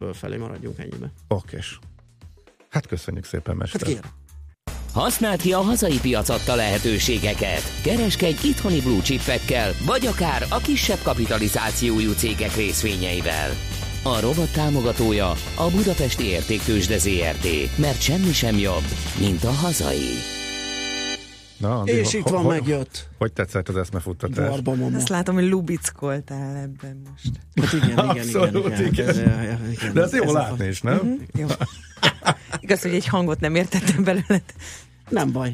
fölfelé maradjunk ennyibe. Okés. Hát köszönjük szépen, mester. Hát kérem. Használd ki a hazai piac adta lehetőségeket. Kereskedj itthoni blue chipekkel, vagy akár a kisebb kapitalizációjú cégek részvényeivel. A rovat támogatója a Budapesti Értéktőzsde ZRT, mert semmi sem jobb, mint a hazai. Na, Andi, És itt van, megjött. Hogy tetszett az eszmefuttatás? Barba mama. Azt látom, hogy lubickoltál ebben most. Hát igen. Abszolút, igen. De ezt jó látni is, nem? Jó. Igaz, hogy egy hangot nem értettem belőle. Nem baj.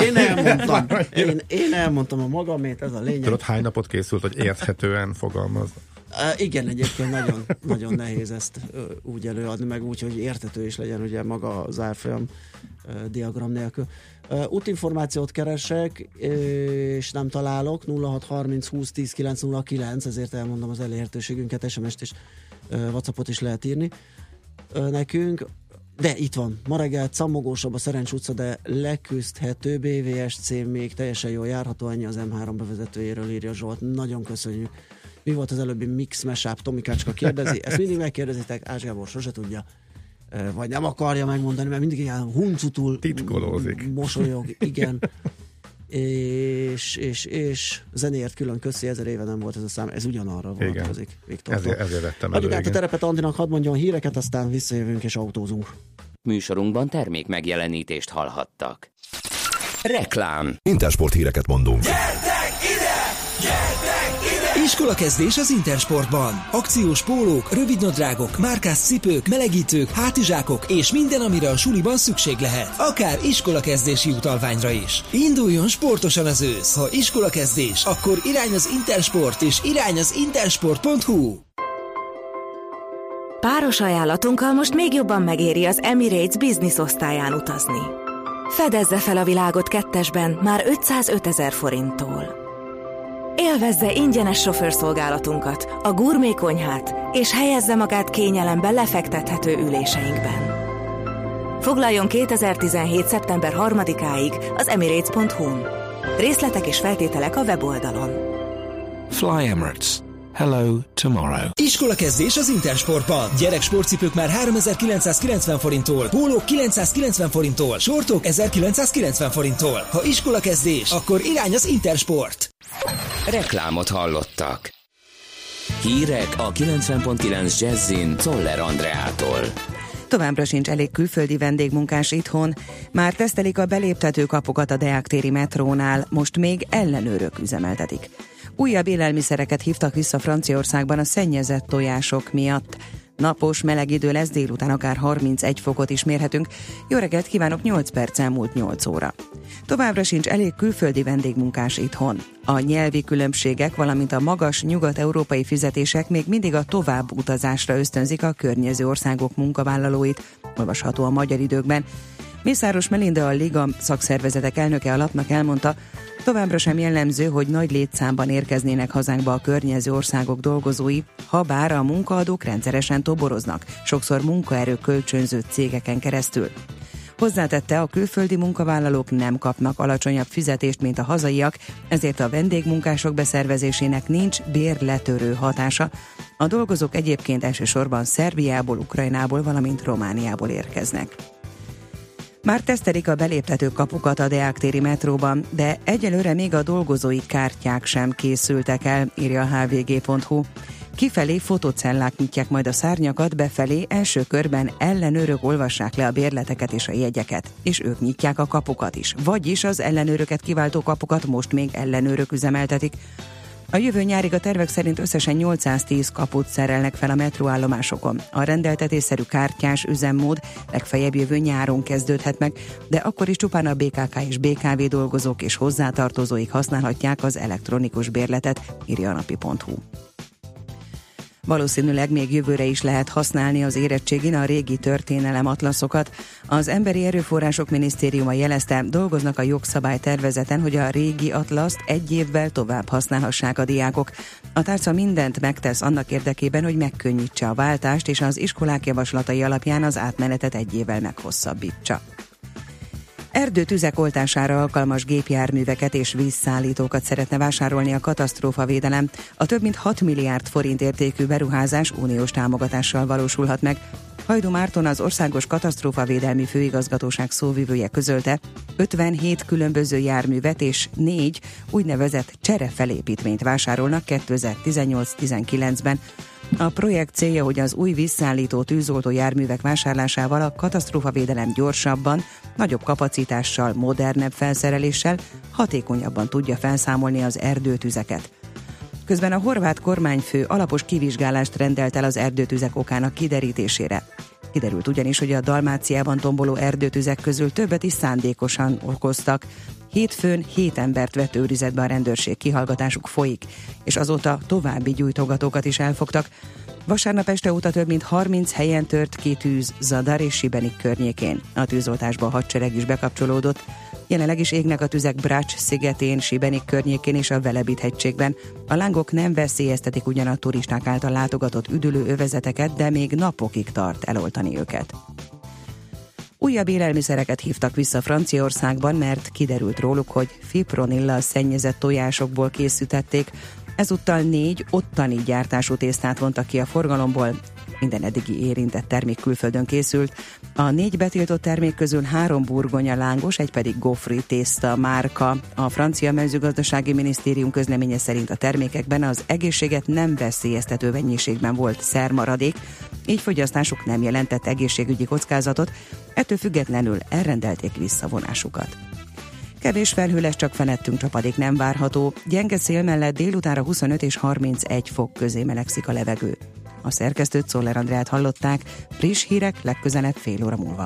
Én elmondtam a magamét, ez a lényeg. Tudod, hány napot készült, hogy érthetően fogalmaz? Igen, egyébként nagyon, nagyon nehéz ezt úgy előadni, meg úgy, hogy érthető is legyen ugye maga az árfolyam diagram nélkül. Útinformációt keresek, és nem találok, 0630 20 10 909, ezért elmondom az elérhetőségünket, SMS-t és WhatsAppot is lehet írni nekünk. De itt van, ma reggel cammogósabb a Szerencs utca, de leküzdhető, BVSC még teljesen jól járható, ennyi az M3 bevezetőjéről, írja Zsolt. Nagyon köszönjük. Mi volt az előbbi mix mashup? Tomikácska kérdezi. Ezt mindig megkérdezitek, Ács Gábor sose tudja. Vagy nem akarja megmondani, mert mindig ilyen huncutul titkolózik. Mosolyog, igen. és zenéért külön köszi, 1000 éve nem volt ez a szám, ez ugyanarra vonatkozik. Ezért vettem elő. Adjuk át a terepet Andinak, hadd mondjon híreket, aztán visszajövünk és autózunk. Műsorunkban termék megjelenítést hallhattak. Reklám. Intersport híreket mondunk. Gyertek ide! Iskolakezdés az Intersportban. Akciós pólók, rövidnadrágok, márkás cipők, melegítők, hátizsákok és minden, amire a suliban szükség lehet. Akár iskolakezdési utalványra is. Induljon sportosan az ősz. Ha iskolakezdés, akkor irány az Intersport és irány az intersport.hu. Páros ajánlatunkkal most még jobban megéri az Emirates Business osztályán utazni. Fedezze fel a világot kettesben már 505 000 forinttól. Élvezze ingyenes sofőrszolgálatunkat, a gurmé konyhát, és helyezze magát kényelembe lefektethető üléseinkben. Foglaljon 2017. szeptember 3-áig az emirates.hu-n. Részletek és feltételek a weboldalon. Fly Emirates. Hello tomorrow. Iskolakezdés az Intersportban. Gyerek sportcipők már 3990 forinttól, pólók 990 forinttól, sortok 1990 forinttól. Ha iskolakezdés, akkor irány az Intersport. Reklámot hallottak. Hírek a 90.9 Jazzin Czoller Andreától. Továbbra sincs elég külföldi vendégmunkás itthon. Már tesztelik a beléptető kapukat a Deák téri metrónál, most még ellenőrök üzemeltetik. Újabb élelmiszereket hívtak vissza Franciaországban a szennyezett tojások miatt. Napos, meleg idő lesz, délután akár 31 fokot is mérhetünk. Jó reggelt kívánok, 8 perc elmúlt 8 óra. Továbbra sincs elég külföldi vendégmunkás itthon. A nyelvi különbségek, valamint a magas nyugat-európai fizetések még mindig a tovább utazásra ösztönzik a környező országok munkavállalóit, olvasható a Magyar Időkben. Mészáros Melinda, a Liga szakszervezetek elnöke a lapnak elmondta, továbbra sem jellemző, hogy nagy létszámban érkeznének hazánkba a környező országok dolgozói, habár a munkaadók rendszeresen toboroznak, sokszor munkaerő kölcsönző cégeken keresztül. Hozzátette, a külföldi munkavállalók nem kapnak alacsonyabb fizetést, mint a hazaiak, ezért a vendégmunkások beszervezésének nincs bérletörő hatása. A dolgozók egyébként elsősorban Szerbiából, Ukrajnából, valamint Romániából érkeznek. Már tesztelik a beléptető kapukat a Deák téri metróban, de egyelőre még a dolgozói kártyák sem készültek el, írja a hvg.hu. Kifelé fotocellák nyitják majd a szárnyakat, befelé első körben ellenőrök olvassák le a bérleteket és a jegyeket, és ők nyitják a kapukat is. Vagyis az ellenőröket kiváltó kapukat most még ellenőrök üzemeltetik. A jövő nyárig a tervek szerint összesen 810 kaput szerelnek fel a metróállomásokon. A rendeltetésszerű kártyás üzemmód legfeljebb jövő nyáron kezdődhet meg, de akkor is csupán a BKK és BKV dolgozók és hozzátartozóik használhatják az elektronikus bérletet, írja a napi.hu. Valószínűleg még jövőre is lehet használni az érettségin a régi történelem atlaszokat. Az Emberi Erőforrások Minisztériuma jelezte, dolgoznak a jogszabálytervezeten, hogy a régi atlaszt egy évvel tovább használhassák a diákok. A tárca mindent megtesz annak érdekében, hogy megkönnyítse a váltást, és az iskolák javaslatai alapján az átmenetet egy évvel meghosszabbítsa. Erdőtüzek oltására alkalmas gépjárműveket és vízszállítókat szeretne vásárolni a katasztrófavédelem. A több mint 6 milliárd forint értékű beruházás uniós támogatással valósulhat meg. Hajdú Márton, az Országos Katasztrófavédelmi Főigazgatóság szóvivője közölte, 57 különböző járművet és 4 úgynevezett cserefelépítményt vásárolnak 2018-19-ben. A projekt célja, hogy az új vízszállító tűzoltó járművek vásárlásával a katasztrófavédelem gyorsabban, nagyobb kapacitással, modernebb felszereléssel, hatékonyabban tudja felszámolni az erdőtüzeket. Közben a horvát kormányfő alapos kivizsgálást rendelt el az erdőtüzek okának kiderítésére. Kiderült ugyanis, hogy a Dalmáciában tomboló erdőtüzek közül többet is szándékosan okoztak. Hétfőn 7 embert vett őrizetbe a rendőrség, kihallgatásuk folyik, és azóta további gyújtogatókat is elfogtak. Vasárnap este óta több mint 30 helyen tört ki tűz Zadar és Sibenik környékén. A tűzoltásba a hadsereg is bekapcsolódott. Jelenleg is égnek a tüzek Brač szigetén, Sibenik környékén és a Velebit-hegységben. A lángok nem veszélyeztetik ugyan a turisták által látogatott üdülő övezeteket, de még napokig tart eloltani őket. Újabb élelmiszereket hívtak vissza Franciaországban, mert kiderült róluk, hogy fipronillal szennyezett tojásokból készítették. Ezúttal 4 ottani gyártású tésztát vontak ki a forgalomból. Minden eddigi érintett termék külföldön készült. A 4 betiltott termék közül 3 burgonya lángos, egy pedig gofri tészta márka. A francia mezőgazdasági minisztérium közleménye szerint a termékekben az egészséget nem veszélyeztető mennyiségben volt szermaradék, így fogyasztásuk nem jelentett egészségügyi kockázatot, ettől függetlenül elrendelték visszavonásukat. Kevés felhő lesz, csak felettünk csapadék nem várható. Gyenge szél mellett délutánra 25 és 31 fok közé melegszik a levegő. A szerkesztőt, Szoller Andreát hallották, friss hírek legközelebb fél óra múlva.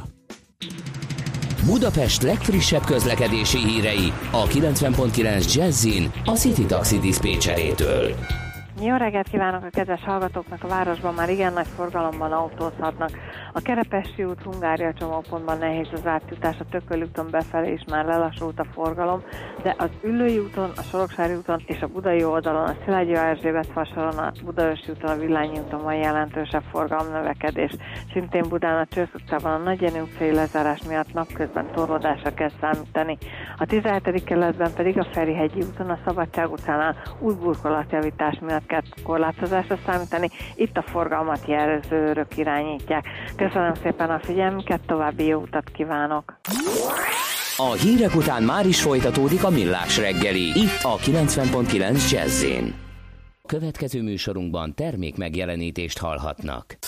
Budapest legfrissebb közlekedési hírei a 90.9 Jazzin a City Taxi diszpécserétől. Jó reggelt kívánok a kedves hallgatóknak! A városban már igen nagy forgalomban autózhatnak. A Kerepesi út, Hungária csomópontban nehéz az átjutás, a Tököli úton befelé is már lelassult a forgalom, de az Üllői úton, a Soroksári úton és a Budai oldalon, a Szilágyi Erzsébet fasoron, a Budaörsi úton, a Villányi úton van jelentősebb forgalomnövekedés. Szintén Budán a Csősz utcában a Nagy Jenő utcai lezárás miatt napközben torlódásra kell számítani. A 17. kerületben pedig a Ferihegyi úton, a Szabadság utcánál új burkolatjavítás miatt kell korlátozásra számítani, itt a forgalmat jelzőrök irányítják. Köszönöm szépen a figyelmüket, további jó utat kívánok! A hírek után már is folytatódik a Millás reggeli, itt a 90.9 Jazz-én. Következő műsorunkban termék megjelenítést hallhatnak.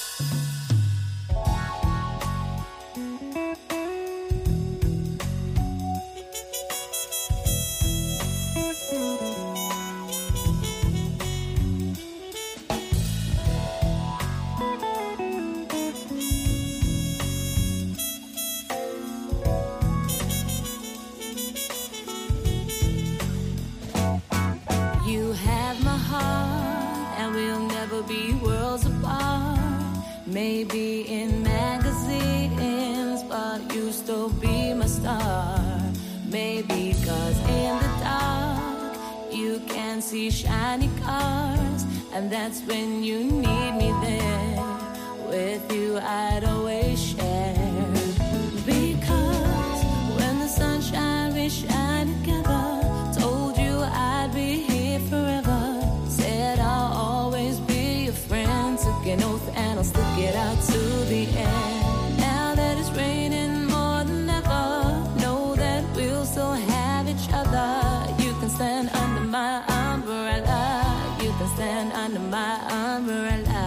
Maybe in magazines, but you still be my star. Maybe 'cause in the dark you can see shiny cars, and that's when you need me there. With you I'd always share. Because when the sunshine we shine together, told you I'd be here forever. Said I'll always be your friend. Took an oath and I'll stick it out to the end. Now that it's raining more than ever, know that we'll still have each other. You can stand under my umbrella. You can stand under my umbrella.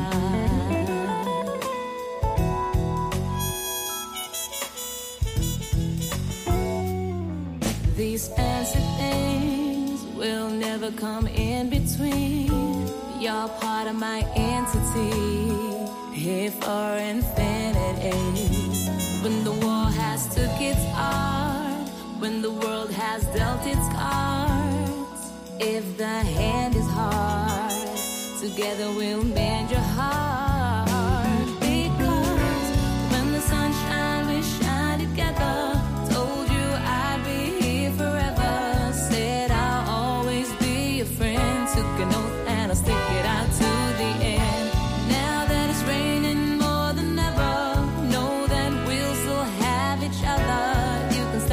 These fancy things will never come in between. You're part of my entity, here for infinity. When the war has took its art, when the world has dealt its cards, if the hand is hard, together we'll mend your heart. Because when the sunshine we shine together, told you I'd be here forever. Said I'll always be your friend. Took an oath and I'll stick it out to the end. Now that it's raining more than ever, know that we'll still have each other. You can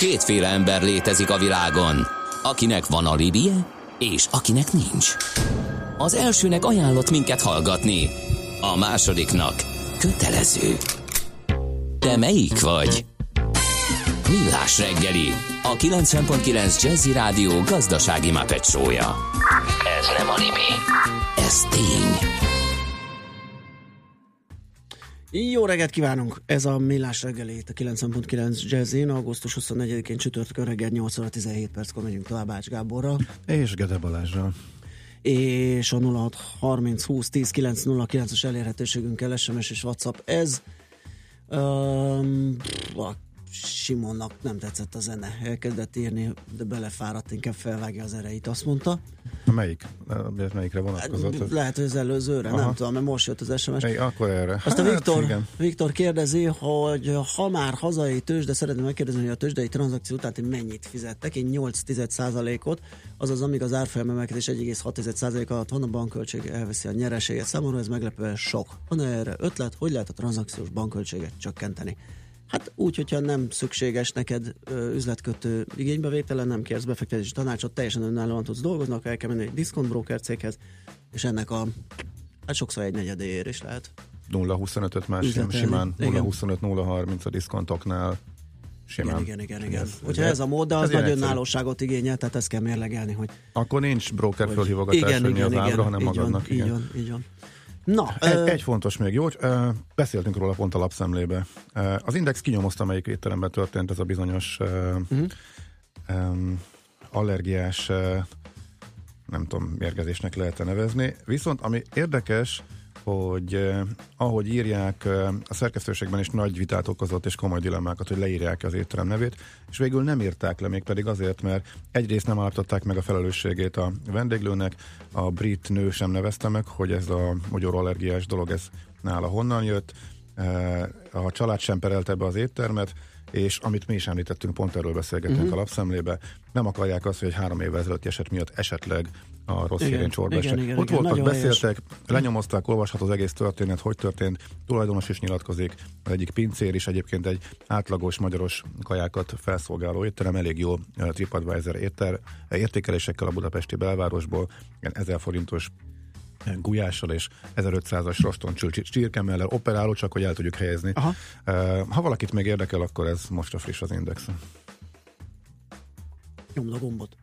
Kétféle ember létezik a világon, akinek van alibije, és akinek nincs. Az elsőnek ajánlott minket hallgatni, a másodiknak kötelező. Te melyik vagy? Millás reggeli, a 90.9 Jazzy Rádió gazdasági Muppet show-ja. Ez nem anime, ez tény. Jó reggelt kívánunk! Ez a Millás reggeli, a 90.9 Jazzin, augusztus 24-én csütörtökön reggel 8 óra 17 perckor megyünk tovább Ács Gáborral. És Gede Balázsral. És a 06 30 20 10 909-es elérhetőségünkkel SMS és WhatsApp ez. Simonnak nem tetszett a zene. Elkezdett írni, de belefáradt, inkább felvágja az erejét, azt mondta. Melyikre vonatkozott? Lehet, hogy az előzőre, nem tudom, mert most jött az SMS. Akkor erre. Azt a Viktor kérdezi, hogy ha már hazai tőzsde, szeretném megkérdezni, hogy a tőzsdei tranzakció után mennyit fizettek. Én 8%-ot, azaz amíg az árfolyam emelkedés 1,6% alatt van, a bankköltség elveszi a nyereséget. Számomra ez meglepően sok. Van erre ötlet, hogy lehet a tranzakciós bankköltséget csökkenteni? Hát úgy, hogyha nem szükséges neked üzletkötő igénybevétele, nem kérsz befektetési tanácsot, teljesen önállóan tudsz dolgozni, akkor el kell menni egy diszkont broker céghez, és ennek hát sokszor egy negyedéért is lehet. 0,25-öt már simán, 0,25-0,30 a diszkontoknál simán. Igen. Hogyha ez a mód, de az nagy önállóságot igényel, tehát ezt kell mérlegelni, hogy... Akkor nincs broker fölhívogatás, hogy mi az ábra, hanem magadnak. Így van. Na, egy fontos még, jó, beszéltünk róla pont a lapszemlébe. Az Index kinyomozta, melyik étteremben történt ez a bizonyos allergiás, nem tudom, mérgezésnek lehet nevezni. Viszont ami érdekes, hogy ahogy írják, a szerkesztőségben is nagy vitát okozott és komoly dilemmákat, hogy leírják az étterem nevét, és végül nem írták le, mégpedig azért, mert egyrészt nem állapították meg a felelősségét a vendéglőnek, a brit nő sem nevezte meg, hogy ez a magyarallergiás dolog, ez nála honnan jött, a család sem perelte be az éttermet, és amit mi is említettünk, pont erről beszélgettünk a lapszemlébe, nem akarják azt, hogy 3 évvel ezelőtti eset miatt esetleg a rossz hírén csorba esett. Ott voltak, beszéltek, lenyomozták, olvasható az egész történet, hogy történt, tulajdonos is nyilatkozik, az egyik pincér is egyébként egy átlagos magyaros kajákat felszolgáló étterem, elég jó TripAdvisor értékelésekkel a budapesti belvárosból, 1000 forintos gulyással és 1500-as roston csirkemmellel operáló, csak hogy el tudjuk helyezni. Ha valakit még érdekel, akkor ez most a friss az Indexen. Nyomd a gombot.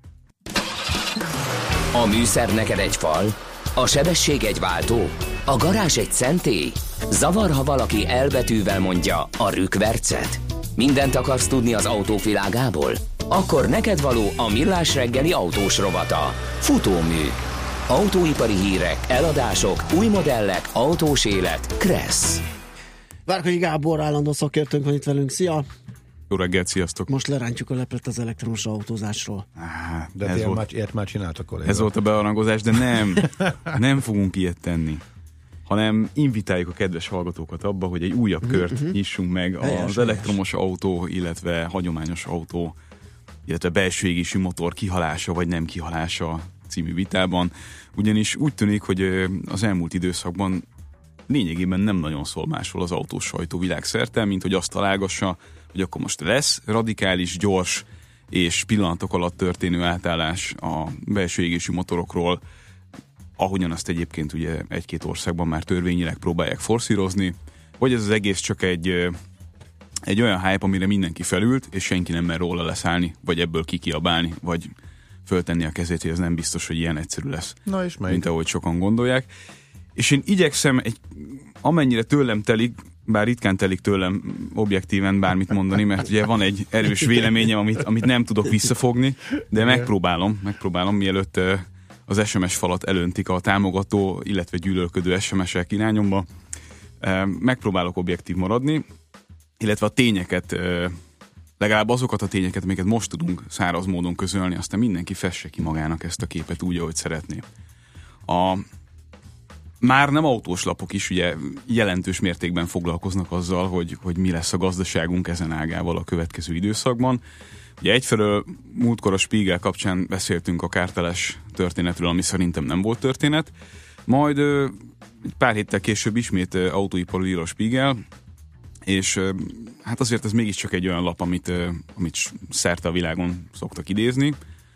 A műszer neked egy fal, a sebesség egy váltó, a garázs egy szentély. Zavar, ha valaki elbetűvel mondja a rükvercet. Mindent akarsz tudni az autóvilágából? Akkor neked való a Millás reggeli autós rovata. Futómű. Autóipari hírek, eladások, új modellek, autós élet. Kressz. Várkonyi Gábor állandó szakértőnk van itt velünk. Szia! Jó reggelt, sziasztok! Most lerántjuk a leplet az elektromos autózásról. De ilyet már csináltak kollégák. Ez volt a bearangozás, de nem fogunk ilyet tenni, hanem invitáljuk a kedves hallgatókat abba, hogy egy újabb kört nyissunk meg az elektromos autó, illetve hagyományos autó, illetve belső égésű motor kihalása vagy nem kihalása című vitában, ugyanis úgy tűnik, hogy az elmúlt időszakban lényegében nem nagyon szól másról az autós sajtó világszerte, mint hogy azt találgassa, hogy akkor most lesz radikális, gyors és pillanatok alatt történő átállás a belső égésű motorokról, ahogyan azt egyébként ugye egy-két országban már törvényileg próbálják forszírozni, vagy ez az egész csak egy olyan hype, amire mindenki felült, és senki nem mer róla leszállni, vagy ebből kikiabálni, vagy föltenni a kezét, hogy ez nem biztos, hogy ilyen egyszerű lesz. Na és mint ahogy sokan gondolják. És én igyekszem amennyire tőlem telik, bár ritkán telik tőlem objektíven bármit mondani, mert ugye van egy erős véleményem, amit nem tudok visszafogni, de megpróbálom, mielőtt az SMS falat elöntik a támogató, illetve gyűlölködő SMS-ek irányomba. Megpróbálok objektív maradni, illetve a tényeket, legalább azokat a tényeket, amiket most tudunk száraz módon közölni, aztán mindenki fesse ki magának ezt a képet úgy, ahogy szeretné. Már nem autós lapok is ugye jelentős mértékben foglalkoznak azzal, hogy mi lesz a gazdaságunk ezen ágával a következő időszakban. Ugye egyfelől múltkor a Spiegel kapcsán beszéltünk a kárteles történetről, ami szerintem nem volt történet. Majd egy pár héttel később ismét autóiparú ír a Spiegel, És hát azért ez mégiscsak egy olyan lap, amit szerte a világon szoktak idézni.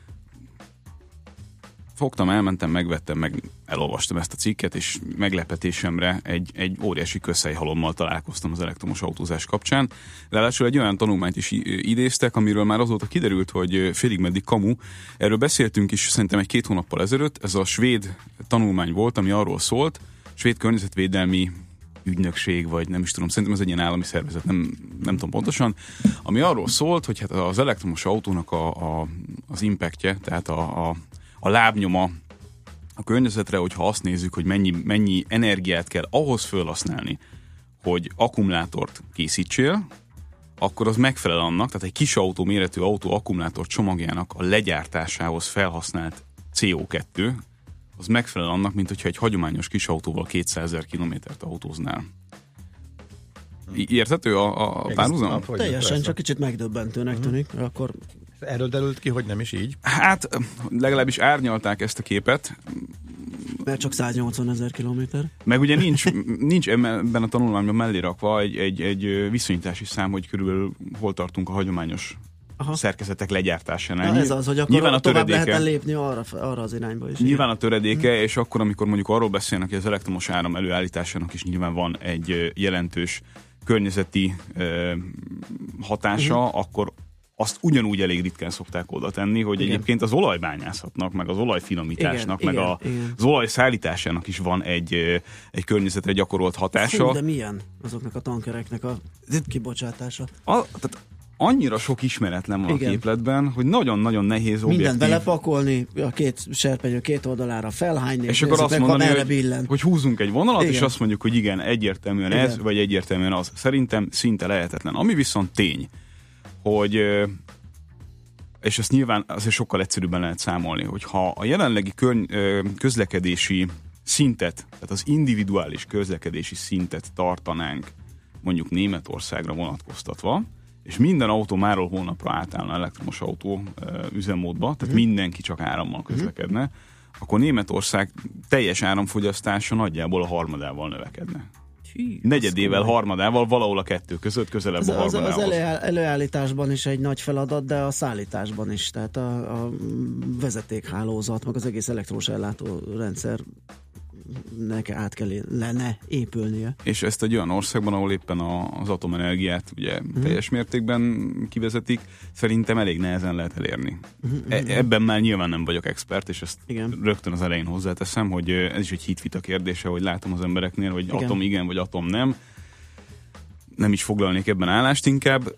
Fogtam, elmentem, megvettem, meg elolvastam ezt a cikket, és meglepetésemre egy óriási közhelyhalommal találkoztam az elektromos autózás kapcsán. Ráadásul egy olyan tanulmányt is idéztek, amiről már azóta kiderült, hogy félig meddig kamu. Erről beszéltünk is szerintem 1-2 hónappal ezelőtt. Ez a svéd tanulmány volt, ami arról szólt, svéd környezetvédelmi ügynökség, vagy nem is tudom, szerintem ez egy ilyen állami szervezet, nem tudom pontosan, ami arról szólt, hogy hát az elektromos autónak az impactje, tehát a lábnyoma a környezetre, hogyha azt nézzük, hogy mennyi energiát kell ahhoz felhasználni, hogy akkumulátort készítsél, akkor az megfelel annak, tehát egy kis autó méretű autó akkumulátor csomagjának a legyártásához felhasznált CO2, az megfelel annak, mint hogyha egy hagyományos kis autóval 200 000 kilométert autóznál. Érthető a párhuzam? Teljesen, csak kicsit megdöbbentőnek tűnik. Akkor erről derült ki, hogy nem is így? Hát legalábbis árnyalták ezt a képet. Mert csak 180 000 kilométer. Meg ugye nincs ebben a tanulmányban mellé rakva egy viszonyítási szám, hogy körülbelül hol tartunk a hagyományos szerkezetek legyártásánál. Na ez az, hogy akkor tovább lehet lépni arra az irányba is. Nyilván a töredéke, és akkor, amikor mondjuk arról beszélnek, hogy az elektromos áram előállításának is nyilván van egy jelentős környezeti hatása, akkor azt ugyanúgy elég ritkán szokták oda tenni, hogy egyébként az olajbányászatnak, meg az olajfinomításnak, az olaj szállításának is van egy környezetre gyakorolt hatása. Fú, de milyen azoknak a tankereknek a kibocsátása? Tehát annyira sok ismeretlen van a képletben, hogy nagyon-nagyon nehéz objektív. Mindent belepakolni, a két serpenyő két oldalára felhányni, és akkor azt mondani, hogy húzzunk egy vonalat, és azt mondjuk, hogy igen, egyértelműen ez, vagy egyértelműen az. Szerintem szinte lehetetlen. Ami viszont tény, hogy, és ezt nyilván azért sokkal egyszerűbben lehet számolni, hogy ha a jelenlegi közlekedési szintet, tehát az individuális közlekedési szintet tartanánk mondjuk Németországra vonatkoztatva, és minden autó máról holnapra átállna elektromos autó üzemmódba, tehát mindenki csak árammal közlekedne, akkor Németország teljes áramfogyasztása nagyjából a harmadával növekedne. Negyedével, harmadával, valahol a kettő között, közelebb a harmadához. Az előállításban is egy nagy feladat, de a szállításban is, tehát a vezetékhálózat, meg az egész elektromos ellátórendszer át kellene épülnie. És ezt egy olyan országban, ahol éppen az atomenergiát ugye teljes mértékben kivezetik, szerintem elég nehezen lehet elérni. Ebben már nyilván nem vagyok expert, és ezt rögtön az elején hozzáteszem, hogy ez is egy hitvita kérdése, hogy látom az embereknél, hogy atom igen, vagy atom nem. Nem is foglalnék ebben állást inkább,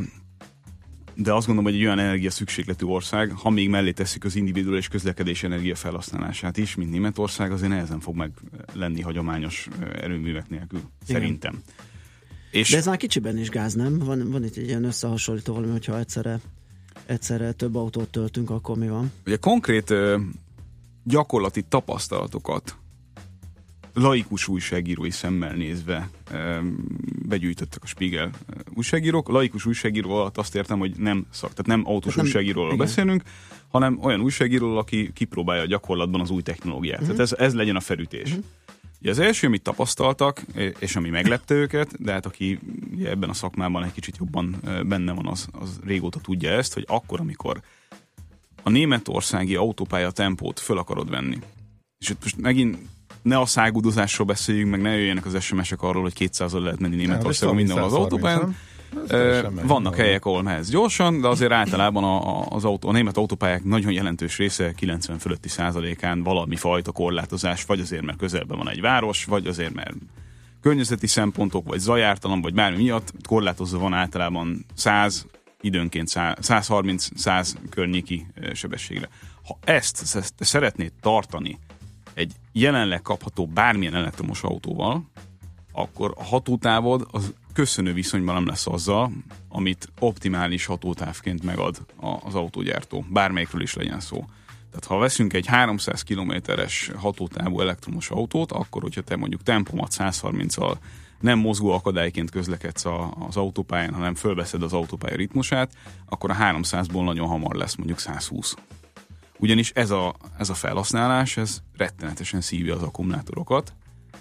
de azt gondolom, hogy egy olyan energia szükségletű ország, ha még mellé teszik az individuális közlekedési energia felhasználását is, mint Németország, azért nehezen fog meg lenni hagyományos erőművek nélkül, szerintem. De ez már kicsiben is gáz, nem? Van itt egy ilyen összehasonlító valami, hogyha egyszerre több autót töltünk, akkor mi van? Ugye konkrét gyakorlati tapasztalatokat laikus újságírói szemmel nézve begyűjtöttek a Spiegel újságírók. Laikus újságíró alatt azt értem, hogy tehát nem autós újságíróról beszélünk, hanem olyan újságíróról, aki kipróbálja a gyakorlatban az új technológiát. Tehát ez legyen a felütés. Ugye az első, amit tapasztaltak, és ami meglepte őket, de hát aki ebben a szakmában egy kicsit jobban benne van, az régóta tudja ezt, hogy akkor, amikor a németországi autópálya tempót föl akarod venni, és itt most megint ne a szágudozásról beszéljünk, meg ne jöjjenek az SMS-ek arról, hogy 200-al lehet menni Németországon mindenhol az autópályán. Vannak helyek, ahol mehetsz gyorsan, de azért általában a német autópályák nagyon jelentős része 90 fölötti százalékán valami fajta korlátozás, vagy azért, mert közelben van egy város, vagy azért, mert környezeti szempontok, vagy zajártalom, vagy bármi miatt korlátozva van általában 100, időnként 130-100 környéki sebességre. Ha ezt szeretnéd tartani egy jelenleg kapható bármilyen elektromos autóval, akkor a hatótávod az köszönő viszonyban nem lesz azzal, amit optimális hatótávként megad az autógyártó. Bármelyikről is legyen szó. Tehát ha veszünk egy 300 kilométeres hatótávú elektromos autót, akkor hogyha te mondjuk tempomat 130-al nem mozgó akadályként közlekedsz az autópályán, hanem fölveszed az autópálya ritmusát, akkor a 300-ból nagyon hamar lesz mondjuk 120. Ugyanis ez a felhasználás, ez rettenetesen szívja az akkumulátorokat,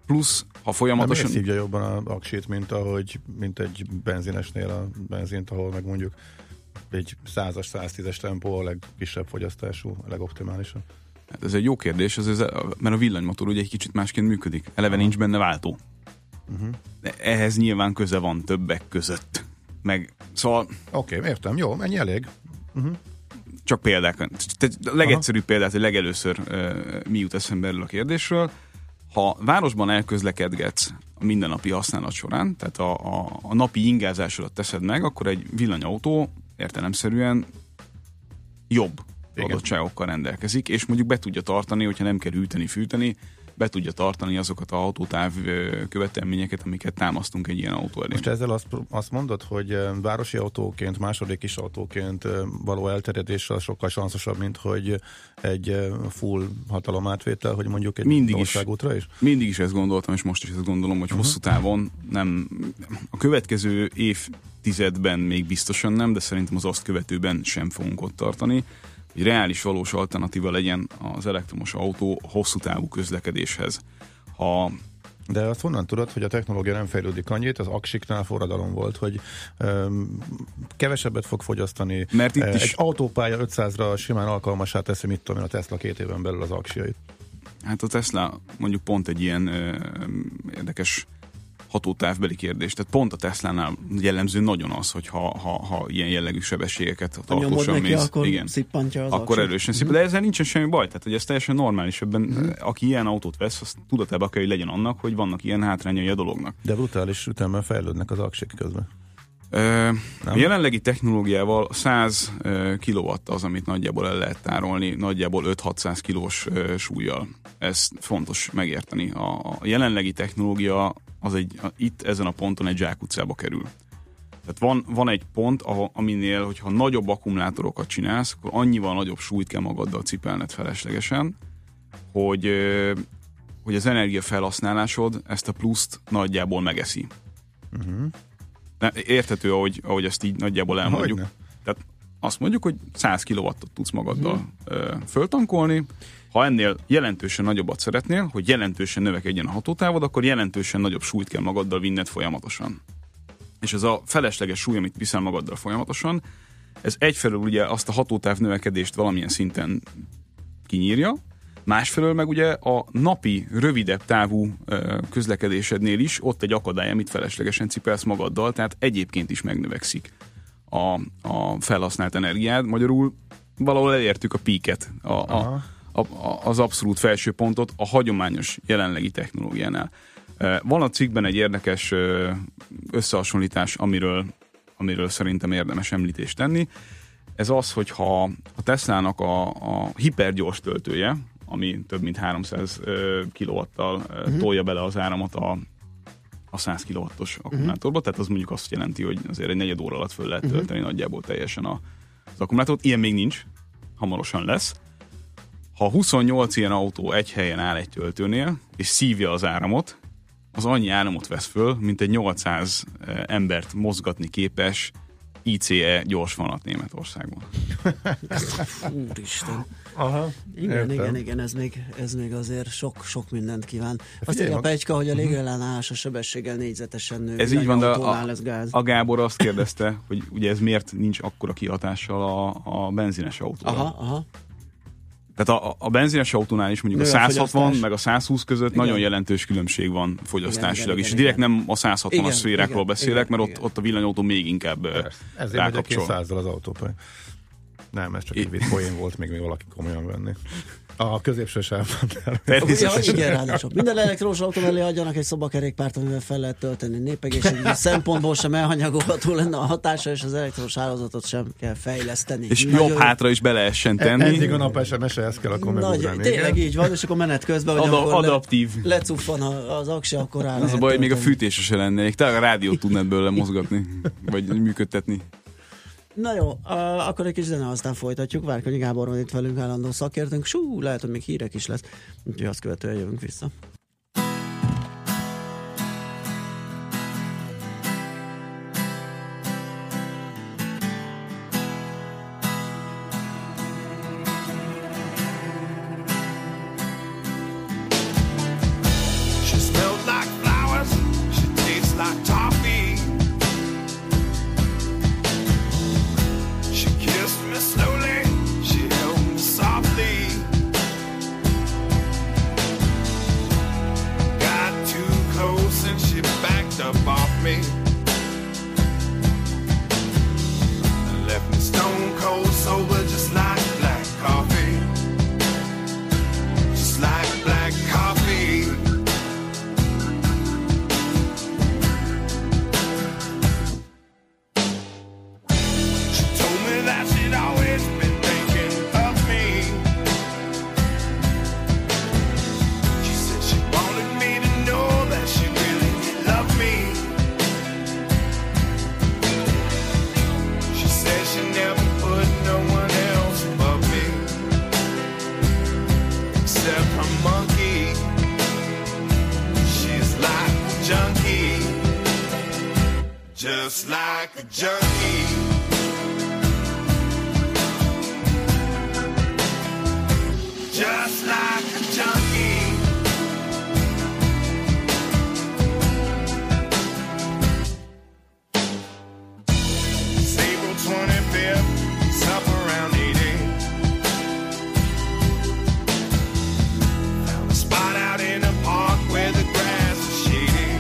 Plusz, ha folyamatosan... Nem szívja jobban a aksit, mint egy benzinesnél a benzint, ahol meg mondjuk egy 100-as, 110-es tempó a legkisebb fogyasztású, a legoptimálisabb. Hát ez egy jó kérdés, mert a villanymotor ugye egy kicsit másként működik. Eleve nincs benne váltó. De ehhez nyilván köze van többek között. Szóval... Oké, értem, jó, ennyi elég. Csak példák. A legegyszerűbb példát, hogy legelőször mi jut eszembe erről a kérdésről. Ha városban elközlekedgetsz a mindennapi használat során, tehát a napi ingázásodat teszed meg, akkor egy villanyautó értelemszerűen jobb adottságokkal rendelkezik, és mondjuk be tudja tartani, hogyha nem kell hűteni, fűteni, be tudja tartani azokat a autótáv követelményeket, amiket támasztunk egy ilyen autó elé. Most ezzel azt mondod, hogy városi autóként, második kis autóként való elterjedéssel sokkal sanszosabb, mint hogy egy full hatalomátvétel, hogy mondjuk egy országútra is? Mindig is ezt gondoltam, és most is ezt gondolom, hogy hosszú távon nem, a következő évtizedben még biztosan nem, de szerintem az azt követőben sem fogunk ott tartani, hogy reális, valós alternatíva legyen az elektromos autó hosszú távú közlekedéshez. De azt honnan tudod, hogy a technológia nem fejlődik annyit, az aksiknál forradalom volt, hogy kevesebbet fog fogyasztani. Mert itt is... Egy autópálya 500-ra simán alkalmassá teszi, mit tudom én, a Tesla 2 éven belül az aksiait. Hát a Tesla mondjuk pont egy ilyen érdekes hatótávbeli kérdés. Tehát pont a Teslánál jellemző nagyon az, hogy ha ilyen jellegű sebességeket tartósan mész, akkor szippantja az akkor erősen szippant. De ezzel nincsen semmi baj, tehát hogy ez teljesen normális. Ebben, aki ilyen autót vesz, az tudatában kell, hogy legyen annak, hogy vannak ilyen hátrányai a dolognak. De brutális ütemben fejlődnek az aksik közben. A jelenlegi technológiával 100 kW az, amit nagyjából el lehet tárolni, nagyjából 5-600 kilós súlyjal. Ez fontos megérteni. A jelenlegi technológia az itt ezen a ponton egy zsákutcába kerül. Tehát van egy pont, aminél, hogyha nagyobb akkumulátorokat csinálsz, akkor annyival nagyobb súlyt kell magaddal cipelned feleslegesen, hogy az energiafelhasználásod ezt a pluszt nagyjából megeszi. Érthető, ahogy ezt így nagyjából elmondjuk. Tehát azt mondjuk, hogy 100 kW-ot tudsz magaddal föltankolni. Ha ennél jelentősen nagyobbat szeretnél, hogy jelentősen növekedjen a hatótávod, akkor jelentősen nagyobb súlyt kell magaddal vinned folyamatosan. És ez a felesleges súly, amit viszel magaddal folyamatosan, ez egyfelől ugye azt a hatótáv növekedést valamilyen szinten kinyírja, másfelől meg ugye a napi, rövidebb távú közlekedésednél is ott egy akadály, amit feleslegesen cipelsz magaddal, tehát egyébként is megnövekszik a felhasznált energiád. Magyarul valahol elértük a píket, az abszolút felső pontot a hagyományos jelenlegi technológiánál. Van a cikkben egy érdekes összehasonlítás, amiről szerintem érdemes említést tenni. Ez az, hogyha a Teslának a hipergyors töltője, ami több mint 300 kW-tal tolja bele az áramot a 100 kW-os akkumulátorba, tehát az mondjuk azt jelenti, hogy azért egy negyed óra alatt föl lehet tölteni nagyjából teljesen az akkumulátort. Ilyen még nincs, hamarosan lesz. Ha 28 ilyen autó egy helyen áll egy töltőnél, és szívja az áramot, az annyi áramot vesz föl, mint egy 800 embert mozgatni képes ICE gyorsvonat Németországban. Úristen. Aha, igen, ez még azért sok mindent kíván. Azt írja Pecska, hogy a légellenállás a sebességgel négyzetesen nő. Ez így van, de a Gábor azt kérdezte, hogy ugye ez miért nincs akkora kihatással a benzines autóra. Aha. Tehát a benzines autónál is mondjuk a 160 meg a 120 között nagyon jelentős különbség van fogyasztásilag, és direkt nem a 160-as szférákról beszélek, mert ott a villanyautó még inkább ezért megyek én 100-zal az autópály. Nem, ez csak egy vicc poén volt, még valaki komolyan venni. A középső sávban. Igen, ráadásul. Minden elektromos autó mellé adjanak egy szobakerékpárt, amivel fel lehet tölteni. Népegészségügyi szempontból sem elhanyagolható lenne a hatása, és az elektromos hálózatot sem kell fejleszteni. És jobb hátra is be lehessen tenni. Eddig a nap SMS-hez kell akkor megugrani. Tényleg így van, és akkor menet közben, hogy adaptív. Lecuffan az aksi, akkor rá az a baj, hogy még a fűtése se lennék. Te a rádiót tudnád belőle mozgatni, vagy működtetni. Na jó, akkor egy kis zene, aztán folytatjuk. Várkonyi Gábor van itt velünk, állandó szakértőnk. Lehet, hogy még hírek is lesz. Úgyhogy azt követően jövünk vissza. She smelled me. Left me stone cold sober, just like black coffee. Just like black coffee. She told me that she'd always been thinking of me. She said she wanted me to know that she really loved me. She said she never put no one else above me, except her monkey. She's like a junkie, just like a junkie. Just like a junkie. It's April 25th, it's up around 80. Found a spot out in the park where the grass is shady.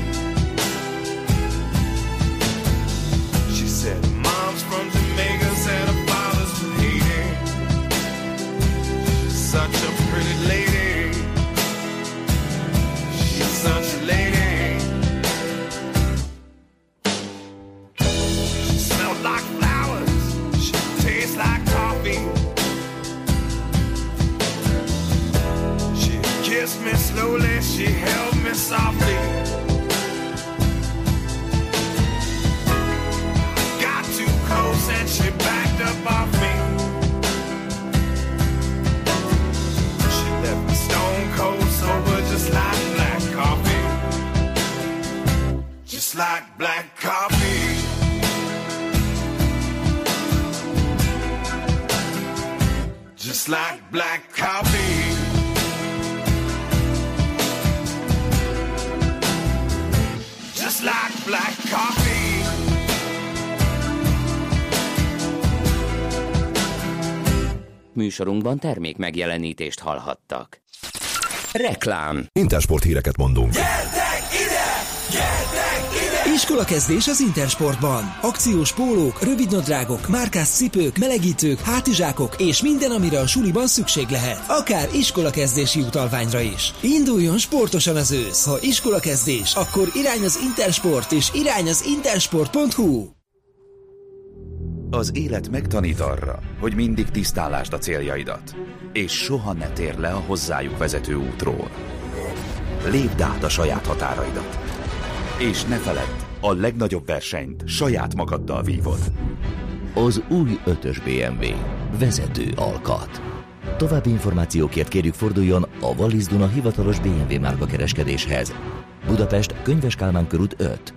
She said her mom's from Jamaica, said her father's from Haiti. She's such a pretty lady. She's such a lady. She smelled like flowers. She tastes like coffee. She kissed me slowly. She held me softly. Got too close and she backed up off me. She left me stone cold sober, just like black coffee. Just like black coffee. Just like black coffee. Just like black coffee. Műsorunkban termék megjelenítést hallhattak. Reklám. Intersport híreket mondunk. Iskolakezdés az Intersportban. Akciós pólók, rövidnadrágok, márkás cipők, melegítők, hátizsákok és minden, amire a suliban szükség lehet. Akár iskolakezdési utalványra is. Induljon sportosan az ősz. Ha iskolakezdés, akkor irány az Intersport és irány az intersport.hu. Az élet megtanít arra, hogy mindig tisztálásd a céljaidat, és soha ne térj le a hozzájuk vezető útról. Lépd át a saját határaidat. És ne feledd, a legnagyobb versenyt saját magaddal vívod. Az új 5-ös BMW. Vezető alkat. További információkért kérjük forduljon a Wallis Duna hivatalos BMW márka kereskedéshez. Budapest, Könyves Kálmán körút 5.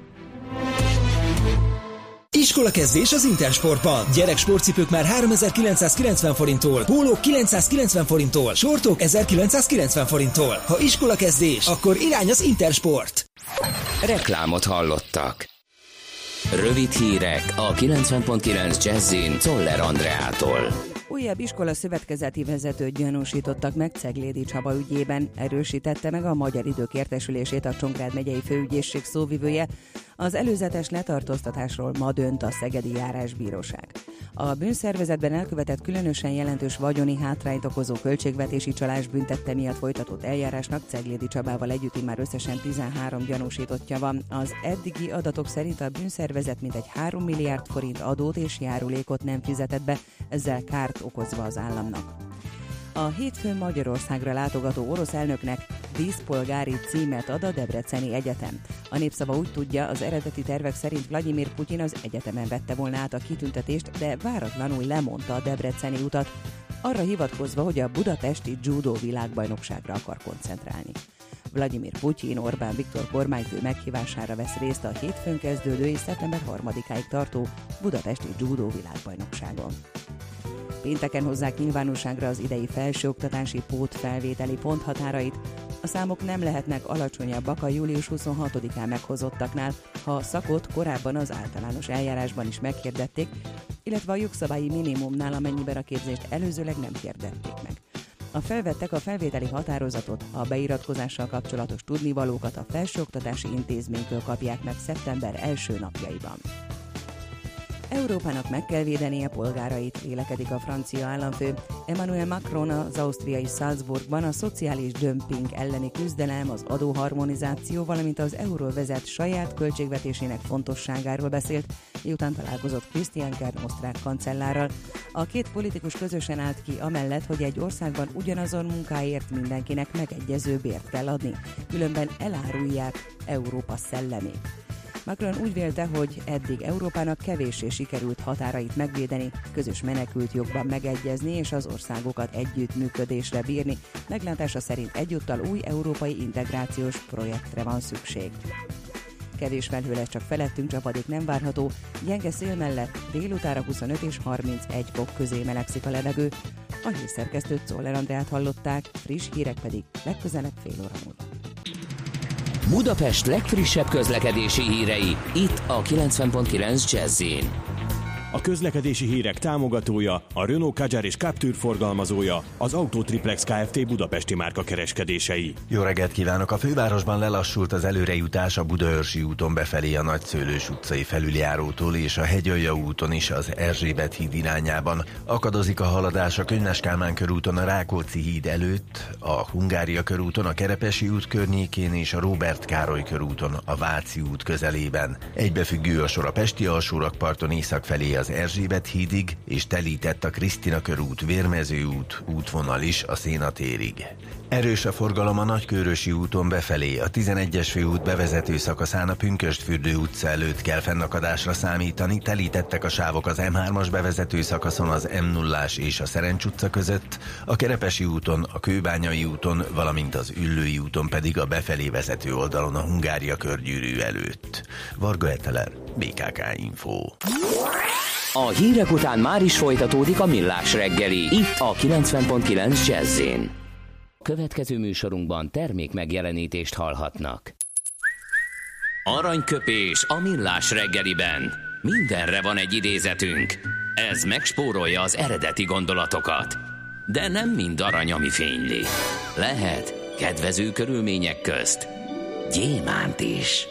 Iskolakezdés az Intersportban. Gyerek sportcipők már 3990 forinttól, pólók 990 forinttól, sortok 1990 forinttól. Ha iskolakezdés, akkor irány az Intersport. Reklámot hallottak. Rövid hírek a 90.9 Jazzin Czoller Andreától. Újabb iskola szövetkezeti vezetőt gyanúsítottak meg Ceglédi Csaba ügyében, erősítette meg a Magyar Idők Értesülését a Csongrád megyei főügyészség szóvivője. Az előzetes letartóztatásról ma dönt a Szegedi Járásbíróság. A bűnszervezetben elkövetett különösen jelentős vagyoni hátrányt okozó költségvetési csalás büntette miatt folytatott eljárásnak Ceglédi Csabával együtt már összesen 13 gyanúsítottja van. Az eddigi adatok szerint a bűnszervezet mintegy 3 milliárd forint adót és járulékot nem fizetett be, ezzel kárt okozva az államnak. A hétfőn Magyarországra látogató orosz elnöknek díszpolgári címet ad a Debreceni Egyetem. A Népszava úgy tudja, az eredeti tervek szerint Vladimir Putyin az egyetemen vette volna át a kitüntetést, de váratlanul lemondta a debreceni utat, arra hivatkozva, hogy a budapesti judó világbajnokságra akar koncentrálni. Vladimir Putyin Orbán Viktor kormányfő meghívására vesz részt a hétfőn kezdődő és szeptember 3-áig tartó budapesti judó világbajnokságon. Pénteken hozzák nyilvánosságra az idei felsőoktatási pótfelvételi ponthatárait. A számok nem lehetnek alacsonyabbak a július 26-án meghozottaknál, ha a szakot korábban az általános eljárásban is meghirdették, illetve a jogszabályi minimumnál, amennyiben a képzést előzőleg nem hirdették meg. A felvettek a felvételi határozatot, a beiratkozással kapcsolatos tudnivalókat a felsőoktatási intézménytől kapják meg szeptember első napjaiban. Európának meg kell védenie polgárait, vélekedik a francia államfő. Emmanuel Macron az ausztriai Salzburgban a szociális dömping elleni küzdelem, az adóharmonizáció, valamint az euróvezet saját költségvetésének fontosságáról beszélt, miután találkozott Christian Kern osztrák kancellárral. A két politikus közösen állt ki amellett, hogy egy országban ugyanazon munkáért mindenkinek megegyező bért kell adni, különben elárulják Európa szellemét. Macron úgy vélte, hogy eddig Európának kevéssé sikerült határait megvédeni, közös menekültjogban megegyezni és az országokat együttműködésre bírni. Meglátása szerint egyúttal új európai integrációs projektre van szükség. Kevés felhő lesz, csak felettünk, csapadék nem várható, gyenge szél mellett délutára 25 és 31 fok közé melegszik a levegő. A hírszerkesztőt Czoller Andrát hallották, friss hírek pedig legközelebb fél óra múlva. Budapest legfrissebb közlekedési hírei, itt a 90.9 Jazz-in. A közlekedési hírek támogatója, a Renault Kadjar és Captur forgalmazója, az Autotriplex Kft. Budapesti márka kereskedései. Jó reggelt kívánok! A fővárosban lelassult az előrejutás a Budaörsi úton befelé a Nagyszőlős utcai felüljárótól és a Hegyalja úton is az Erzsébet híd irányában. Akadozik a haladás a Könyves Kálmán körúton a Rákóczi híd előtt, a Hungária körúton a Kerepesi út környékén és a Róbert Károly körúton a Váci út közelében. Egybefüggő a sor a Pesti alsórakparton észak felé az Erzsébet hídig, és telített a Krisztina körút, Vérmező út útvonal is a Szénatérig. Erős a forgalom a Nagykőrösi úton befelé, a 11-es főút bevezető szakaszán a Pünkösdfürdő utca előtt kell fennakadásra számítani, telítettek a sávok az M3-as bevezető szakaszon az M0-ás és a Szerencs utca között, a Kerepesi úton, a Kőbányai úton, valamint az Üllői úton pedig a befelé vezető oldalon a Hungária körgyűrű előtt. Varga Eteler, BKK Info. A hírek után már is folytatódik a Millás reggeli, itt a 90.9 Jazz-in. Következő műsorunkban termék megjelenítést hallhatnak. Aranyköpés a Millás reggeliben. Mindenre van egy idézetünk. Ez megspórolja az eredeti gondolatokat. De nem mind arany, ami fényli. Lehet kedvező körülmények közt gyémánt is.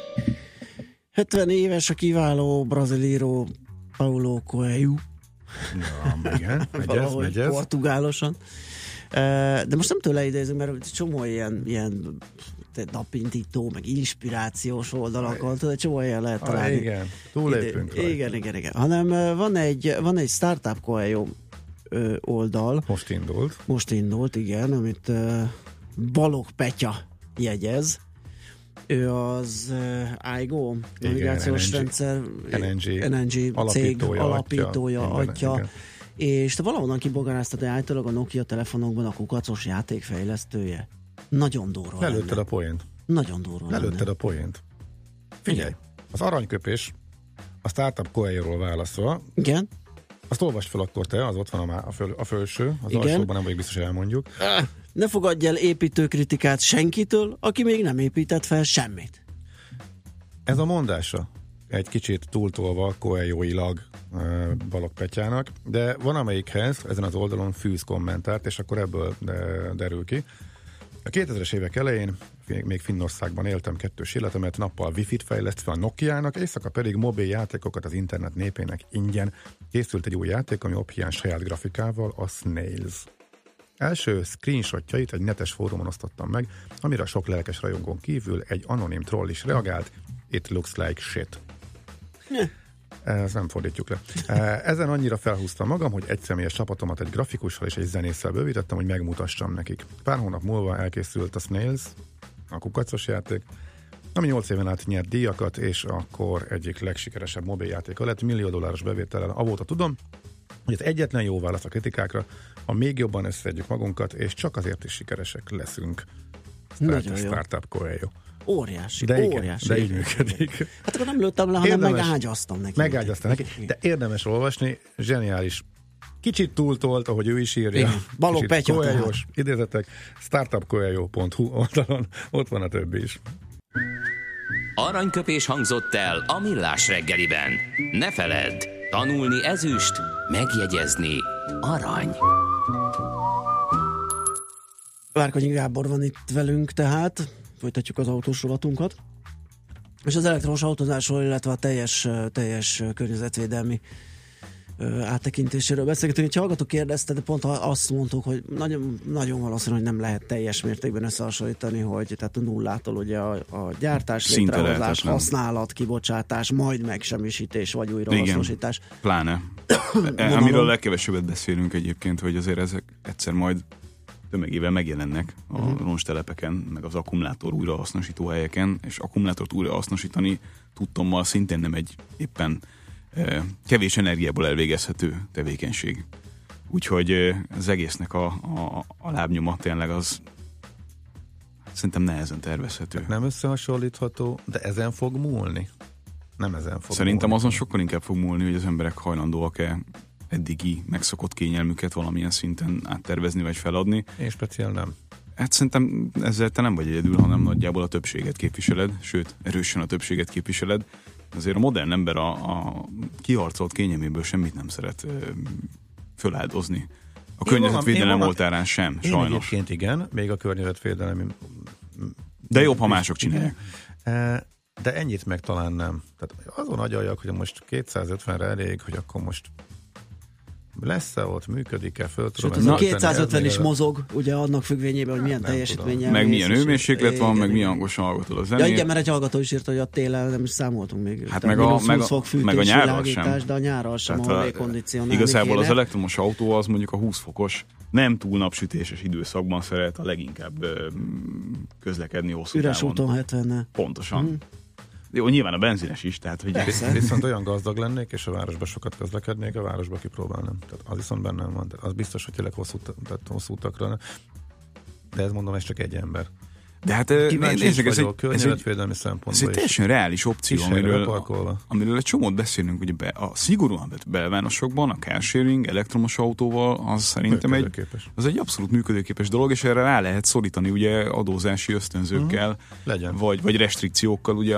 70 éves a kiváló brazilíró Paulo Coelho. Na, igen, megyez. Portugálosan. De most nem tőle idézünk, mert csomó ilyen napintító, meg inspirációs oldalakon, egy csomó ilyen lehet találni. Igen, túlépünk. Igen. Hanem van egy Startup Coelho oldal. Most indult, igen, amit Balogh Petya jegyez. Ő az iGo navigációs rendszer NNG cég alapítója, atya. És te valahonnan kibogaráztad, hogy általában a Nokia telefonokban a kukacos játékfejlesztője. Nagyon durva. Lelőtted a poént. Nagyon durva. Lelőtted a poént. Figyelj, az aranyköpés a Startup Coelho-ról válaszol. Igen. Azt olvasd fel akkor te, az ott van a felső, az alsóban nem vagyok biztos, hogy elmondjuk. Ne fogadj el építőkritikát senkitől, aki még nem épített fel semmit. Ez a mondása egy kicsit túltolva Coelho-ilag Balogh Petyának, de van amelyikhez ezen az oldalon fűz kommentárt, és akkor ebből derül ki. A 2000-es évek elején még Finnországban éltem kettős életemet, nappal Wi-Fi-t fejlesztve a Nokiának, éjszaka pedig mobil játékokat az internet népének ingyen. Készült egy új játék, ami ophián saját grafikával, a Snails. Első screenshotjait egy netes fórumon osztottam meg, amire a sok lelkes rajongón kívül egy anonim troll is reagált. It looks like shit. Ezt nem fordítjuk le. Ezen annyira felhúztam magam, hogy egy személyes csapatomat egy grafikussal és egy zenésszel bővítettem, hogy megmutassam nekik. Pár hónap múlva elkészült a Snails, a kukacos játék, ami 8 éven át nyert díjakat, és akkor egyik legsikeresebb mobiljátéka lett, $1 millió bevétellel. Avóta tudom, hogy ez egyetlen jó válasz a kritikákra, ha még jobban összeedjük magunkat, és csak azért is sikeresek leszünk. Startup Coelho. Óriási. De így működik. Hát akkor nem lőttem le, hanem megágyaztam neki. Megágyaztam neki, de érdemes olvasni, zseniális. Kicsit túltolt, ahogy ő is írja. Balogh Petya. Coelho-s idézetek, startupcoelho.hu oldalon, ott van a többi is. Aranyköpés hangzott el a Millás reggeliben. Ne feledd, tanulni ezüst, megjegyezni arany. Várkonyi Gábor van itt velünk, tehát folytatjuk az autós rovatunkat. És az elektromos autózásról, illetve a teljes környezetvédelmi áttekintéséről beszélgetünk. Egy hallgató kérdezte, de pont azt mondtuk, hogy nagyon, nagyon valószínű, hogy nem lehet teljes mértékben összehasonlítani, hogy tehát a nullától ugye a gyártás, létrehozás, használat, kibocsátás, majd megsemmisítés, vagy újrahasznosítás. Igen, pláne. Amiről legkevesebbet beszélünk egyébként, hogy azért ezek egyszer majd tömegével megjelennek a roncstelepeken, meg az akkumulátor újrahasznosító helyeken, és akkumulátort újrahasznosítani tudtommal szintén nem egy éppen kevés energiából elvégezhető tevékenység. Úgyhogy az egésznek a lábnyoma tényleg az szerintem nehezen tervezhető. Nem összehasonlítható, de ezen fog múlni? Nem ezen fog Szerintem múlni. azon sokkal inkább fog múlni, hogy az emberek hajlandóak-e eddigi megszokott kényelmüket valamilyen szinten áttervezni vagy feladni. Én speciál nem. Hát szerintem ezzel te nem vagy egyedül, hanem nagyjából a többséget képviseled, sőt, erősen a többséget képviseled. Azért a modern ember a kiharcolt kényelméből semmit nem szeret föláldozni. A környezetvédelem oltárán sem, én sajnos. Egyébként igen, még a környezetvédelemi... De jobb, ha mások csinálják. De ennyit meg talán nem. Tehát azon agyaljak, hogy most 250-re elég, hogy akkor most lesz-e ott, működik-e, föl tudom. Sőt, ez a 250 is mozog, ugye annak függvényében, hogy milyen teljesítménye. Meg milyen hőmérséklet van, meg milyen hangosan hallgatod a zenét. Ja, igen, mert egy hallgató is írta, hogy a télen nem is számoltunk még. Hát meg a nyárral sem. De a nyárral sem, ahol légkondicionálni igazából kéne. az elektromos autó az mondjuk a 20 fokos, nem túl napsütéses időszakban szeret a leginkább közlekedni hosszú üres távon. úton 70-nel. Pontosan. Jó, nyilván a benzines is, tehát hogy... Viszont olyan gazdag lennék, és a városban sokat közlekednék, a városba kipróbálnám. Tehát az viszont bennem van. Tehát az biztos, hogy tényleg hosszú utakra. De ez mondom, ez csak egy ember. De hát ez egy környezetvédelmi szempontból. Ez egy teljesen reális opció, amiről egy csomót beszélünk, ugye a szigorúan belvárosokban a carsharing elektromos autóval az szerintem egy abszolút működőképes dolog, és erre rá lehet szorítani ugye adózási ösztönzőkkel, vagy restrikciókkal ugye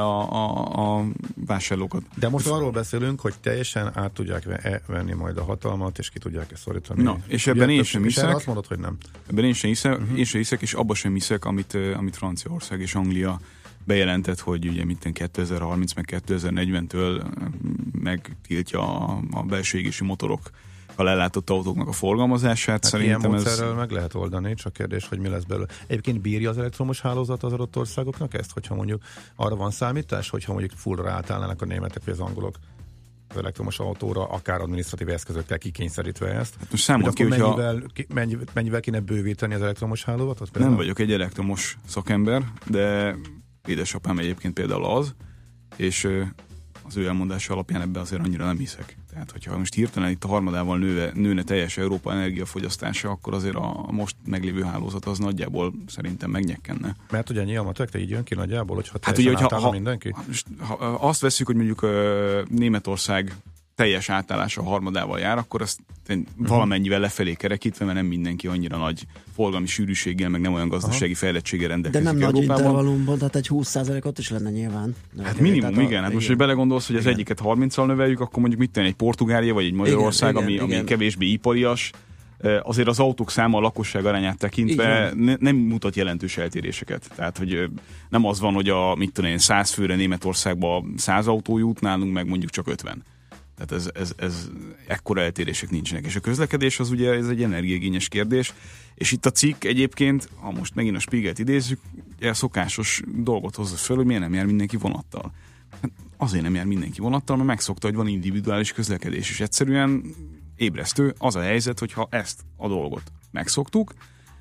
a vásárlókat. De most arról beszélünk, hogy teljesen át tudják venni majd a hatalmat, és ki tudják szorítani. Na, és ebben én sem hiszek. Azt mondod, hogy nem. Ebben én sem hiszek, és abban sem hiszek, amit Franciaország és Anglia bejelentett, hogy ugye minden 2030 meg 2040-től megtiltja a belső égési motorokkal ellátott autóknak a forgalmazását. Hát szerintem ilyen módszerrel meg lehet oldani, csak kérdés, hogy mi lesz belőle. Egyébként bírja az elektromos hálózat az adott országoknak ezt, hogyha mondjuk arra van számítás, hogyha mondjuk fullra átállnának a németek vagy az angolok az elektromos autóra, akár adminisztratív eszközökkel kikényszerítve ezt. Hát most számolt ki, mennyivel kéne bővíteni az elektromos hálózatot? Például? Nem vagyok egy elektromos szakember, de édesapám egyébként például az, és az ő elmondása alapján ebben azért annyira nem hiszek. Tehát, hogyha most hirtelen itt a harmadával nőne teljes Európa energiafogyasztása, akkor azért a most meglévő hálózat az nagyjából szerintem megnyekkenne. Mert ugye nyilván te így jön ki nagyjából, hogyha teljesen átáll mindenki? Ha azt veszük, hogy mondjuk Németország teljes átállása a harmadával jár, akkor azt valamennyivel lefelé kerekítve, mert nem mindenki annyira nagy forgalmi sűrűséggel, meg nem olyan gazdasági fejlettséggel rendelkezik Európában. De nem Európában. nagy intervallumban, tehát egy 20%-ot is lenne nyilván. Hát minimum, igen. Hát most, hogy belegondolsz, hogy az egyiket 30-al növeljük, akkor mondjuk mit tenni egy Portugália, vagy egy Magyarország, ami kevésbé iparias, azért az autók száma a lakosság arányát tekintve nem mutat jelentős eltéréseket. Tehát, hogy nem az van, hogy a 100 főre Németországban 100 autó jut, nálunk meg mondjuk csak 50. Tehát ez ekkora eltérések nincsenek. És a közlekedés az ugye ez egy energiaigényes kérdés, és itt a cikk egyébként, ha most megint a Spiegelt idézzük, a szokásos dolgot hozza föl, hogy miért nem jár mindenki vonattal. Hát azért nem jár mindenki vonattal, mert megszokta, hogy van individuális közlekedés, és egyszerűen ébresztő az a helyzet, hogyha ezt a dolgot megszoktuk,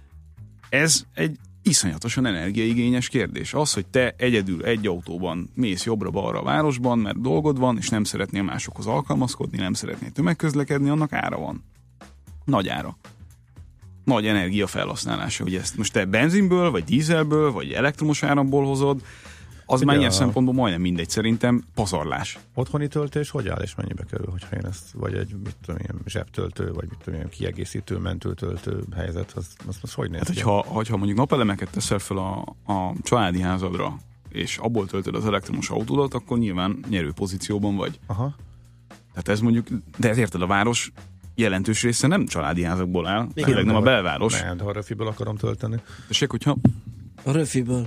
ez egy iszonyatosan energiaigényes kérdés. Az, hogy te egyedül egy autóban mész jobbra-balra a városban, mert dolgod van, és nem szeretnél másokhoz alkalmazkodni, nem szeretnél tömegközlekedni, annak ára van. Nagy ára. Nagy energia felhasználása. Ugye ezt most te benzinből, vagy dízelből, vagy elektromos áramból hozod, az már ilyen szempontból majdnem mindegy, szerintem pazarlás. Otthoni töltés hogy áll és mennyibe kerül, hogyha én ezt, vagy egy ilyen zsebtöltő, vagy ilyen kiegészítő, mentőtöltő helyzet, az hogy néz ki? Hát, hogyha mondjuk napelemeket teszel fel a családi házadra, és abból töltöd az elektromos autódat, akkor nyilván nyerő pozícióban vagy. Aha. Tehát ez mondjuk, de ez érted, a város jelentős része nem családi házakból áll, főleg nem a belváros. Nem, de ha röfiből akarom tölteni. Tessék, hogyha... A röfiből.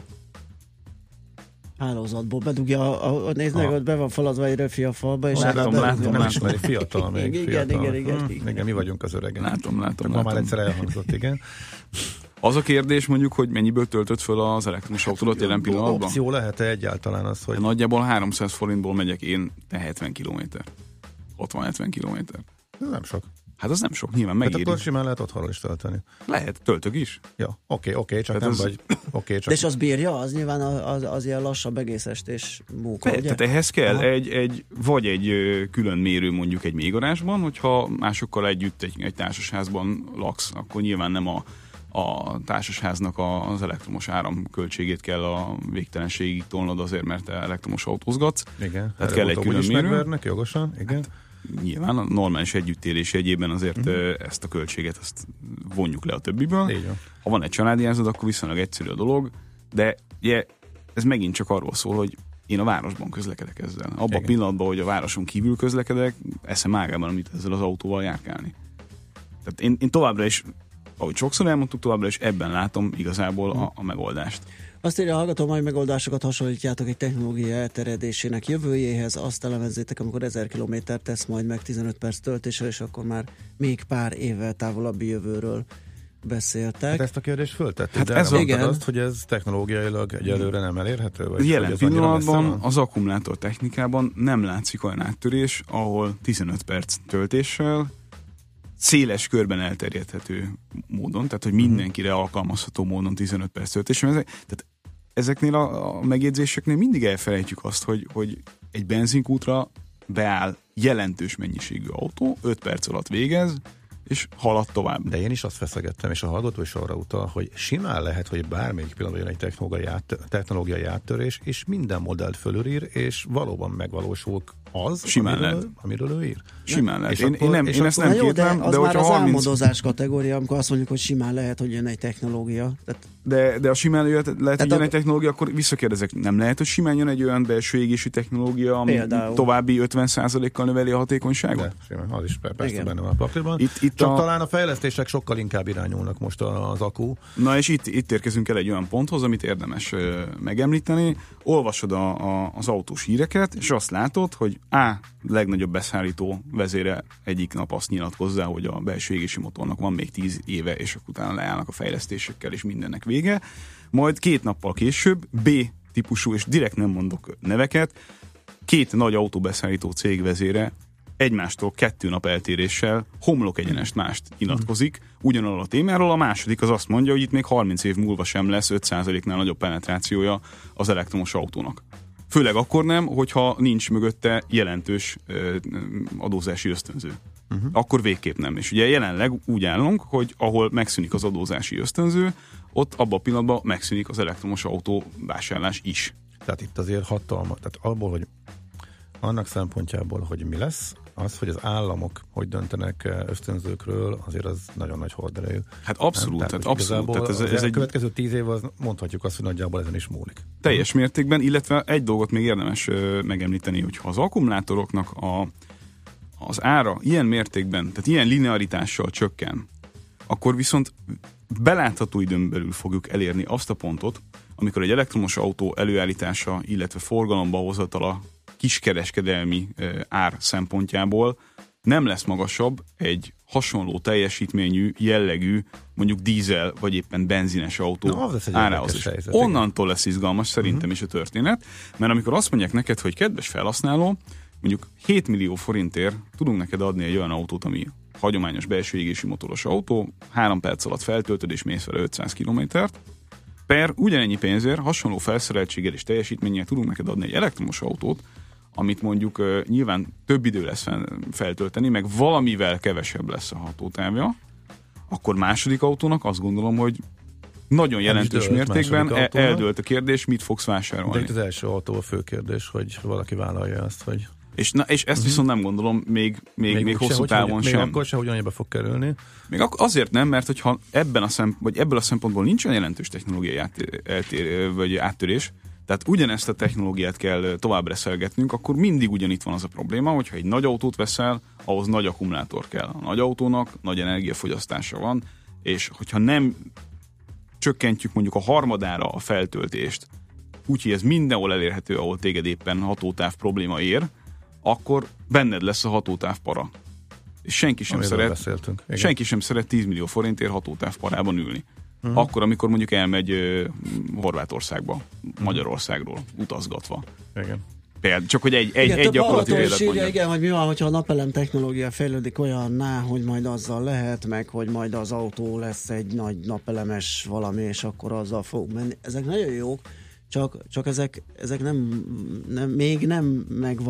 Hálózatból bedugja, nézd meg, ott be van faladva egy röfi a falba, és látom. Fiatal még. Igen, mi vagyunk az öregek. Látom. Ma már egyszer elhangzott, igen. Az a kérdés mondjuk, hogy mennyiből töltött föl az elektromos autódat jelen pillanatban? Opció lehet-e egyáltalán az, hogy... Nagyjából 300 forintból megyek én 70 kilométer. 60-70 kilométer. Ez nem sok. Hát az nem sok, nyilván megéri. Hát akkor simán lehet otthonról is tölteni. Lehet, töltök is. Ja, oké, csak tehát nem vagy... Okay, csak... De és az bírja? Az nyilván az ilyen lassabb egész estés munka, ugye? Tehát ehhez kell egy külön mérő mondjuk egy mélygarázsban, hogyha másokkal együtt egy társasházban laksz, akkor nyilván nem a társasháznak az elektromos áramköltségét kell a végtelenségig tolnod azért, mert te elektromos autózgatsz. Igen. Tehát kell egy külön mérő. Megvernek, jogosan, igen. Hát, nyilván a normális együttélés egyében azért ezt a költséget ezt vonjuk le a többiből. Ha van egy családi házad, akkor viszonylag egyszerű a dolog, de ugye, ez megint csak arról szól, hogy én a városban közlekedek ezzel. Abban a pillanatban, hogy a városon kívül közlekedek, eszem ágában, amit ezzel az autóval járkálni. Tehát én továbbra is, ahogy sokszor elmondtuk, továbbra is ebben látom igazából a megoldást. Azt írja a hallgató, majd megoldásokat hasonlítjátok egy technológia elterjedésének jövőjéhez, azt elemezzétek, amikor 1000 kilométer tesz majd meg 15 perc töltéssel, és akkor már még pár évvel távolabbi jövőről beszéltek. Hát ezt a kérdést föltettük, hát de ez nem azt, hogy ez technológiailag egyelőre nem elérhető? Vagy jelen pillanatban az akkumulátor technikában nem látszik olyan áttörés, ahol 15 perc töltéssel széles körben elterjedhető módon, tehát hogy mindenkire alkalmazható módon 15 perc töltéssel. Tehát ezeknél a megjegyzéseknél mindig elfelejtjük azt, hogy egy benzinkútra beáll jelentős mennyiségű autó, 5 perc alatt végez, és halad tovább. De én is azt feszegettem, és a hallgató is arra utal, hogy simán lehet, hogy bármelyik pillanatban jön egy technológiai áttörés, és minden modellt fölülír, és valóban megvalósul az, amiről ő ír. Simán lehet. Én ezt nem kétlem, de hogyha az álmodozás kategória, amikor azt mondjuk, hogy simán lehet, hogy jön egy technológia. De a simán lehet, hogy jön egy technológia, akkor visszakérdezek, nem lehet, hogy simán jön egy olyan belső égésű technológia, ami további 50%-kal növeli a hatékonyságot? De, simán, az is persze benne van a pakliban. Csak talán a fejlesztések sokkal inkább irányulnak most az akku. Na és itt érkezünk el egy olyan ponthoz, amit érdemes megemlíteni. Olvasod az autós híreket, és azt látod, hogy legnagyobb beszállító vezére egyik nap azt nyilatkozza, hogy a belső égési motornak van még 10 éve, és akkor utána leállnak a fejlesztésekkel, és mindennek vége. Majd 2 nappal később B típusú, és direkt nem mondok neveket, 2 nagy autóbeszállító cég vezére egymástól 2 nap eltéréssel homlok egyenest mást nyilatkozik ugyanarról a témáról. A második az azt mondja, hogy itt még 30 év múlva sem lesz 5%-nál nagyobb penetrációja az elektromos autónak. Főleg akkor nem, hogyha nincs mögötte jelentős adózási ösztönző. Akkor végképp nem. És ugye jelenleg úgy állunk, hogy ahol megszűnik az adózási ösztönző, ott abban a pillanatban megszűnik az elektromos autó vásárlás is. Tehát itt azért hatalmas, tehát abból, hogy annak szempontjából, hogy mi lesz, az, hogy az államok hogy döntenek ösztönzőkről, azért az nagyon nagy horderejű. Hát abszolút. Tehát abszolút. Tehát ez egy következő 10 év, az mondhatjuk azt, hogy nagyjából ezen is múlik. Teljes mértékben, illetve egy dolgot még érdemes megemlíteni, hogyha az akkumulátoroknak az ára ilyen mértékben, tehát ilyen linearitással csökken, akkor viszont belátható időn belül fogjuk elérni azt a pontot, amikor egy elektromos autó előállítása, illetve forgalomba hozatala kiskereskedelmi ár szempontjából nem lesz magasabb egy hasonló teljesítményű, jellegű, mondjuk dízel vagy éppen benzines autó árához. Onnantól lesz izgalmas szerintem is a történet, mert amikor azt mondják neked, hogy kedves felhasználó, mondjuk 7 millió forintért tudunk neked adni egy olyan autót, ami hagyományos belső égésű motoros autó, 3 perc alatt feltöltöd és mész vele 500 kilométert, per ugyanennyi pénzért, hasonló felszereltséggel és teljesítménnyel tudunk neked adni egy elektromos autót, amit mondjuk nyilván több idő lesz feltölteni, meg valamivel kevesebb lesz a hatótávja, akkor második autónak azt gondolom, hogy nagyon jelentős mértékben eldőlt a kérdés, mit fogsz vásárolni. De itt az első autó a fő kérdés, hogy valaki vállalja azt, hogy... És ezt viszont nem gondolom még hosszú távon sem. Még akkor sem, hogy annyiba fog kerülni. Még azért nem, mert hogyha ebből a szempontból nincs olyan jelentős technológiai áttörés, Tehát ugyanezt a technológiát kell tovább reszelgetnünk, akkor mindig ugyanitt van az a probléma, hogyha egy nagy autót veszel, ahhoz nagy akkumulátor kell. A nagy autónak nagy energiafogyasztása van, és hogyha nem csökkentjük mondjuk a harmadára a feltöltést, úgyhogy ez mindenhol elérhető, ahol téged éppen hatótáv probléma ér, akkor benned lesz a hatótáv para. És senki sem szeret 10 millió forintért hatótáv parában ülni. Akkor, amikor mondjuk elmegy Horvátországba, Magyarországról utazgatva. Igen. Például, csak hogy egy gyakorlati példát mondjak. Igen, hogy mi van, hogyha a napelem technológia fejlődik olyanná, hogy majd azzal lehet, meg hogy majd az autó lesz egy nagy napelemes valami, és akkor azzal fog menni. Ezek nagyon jók, csak ezek még nem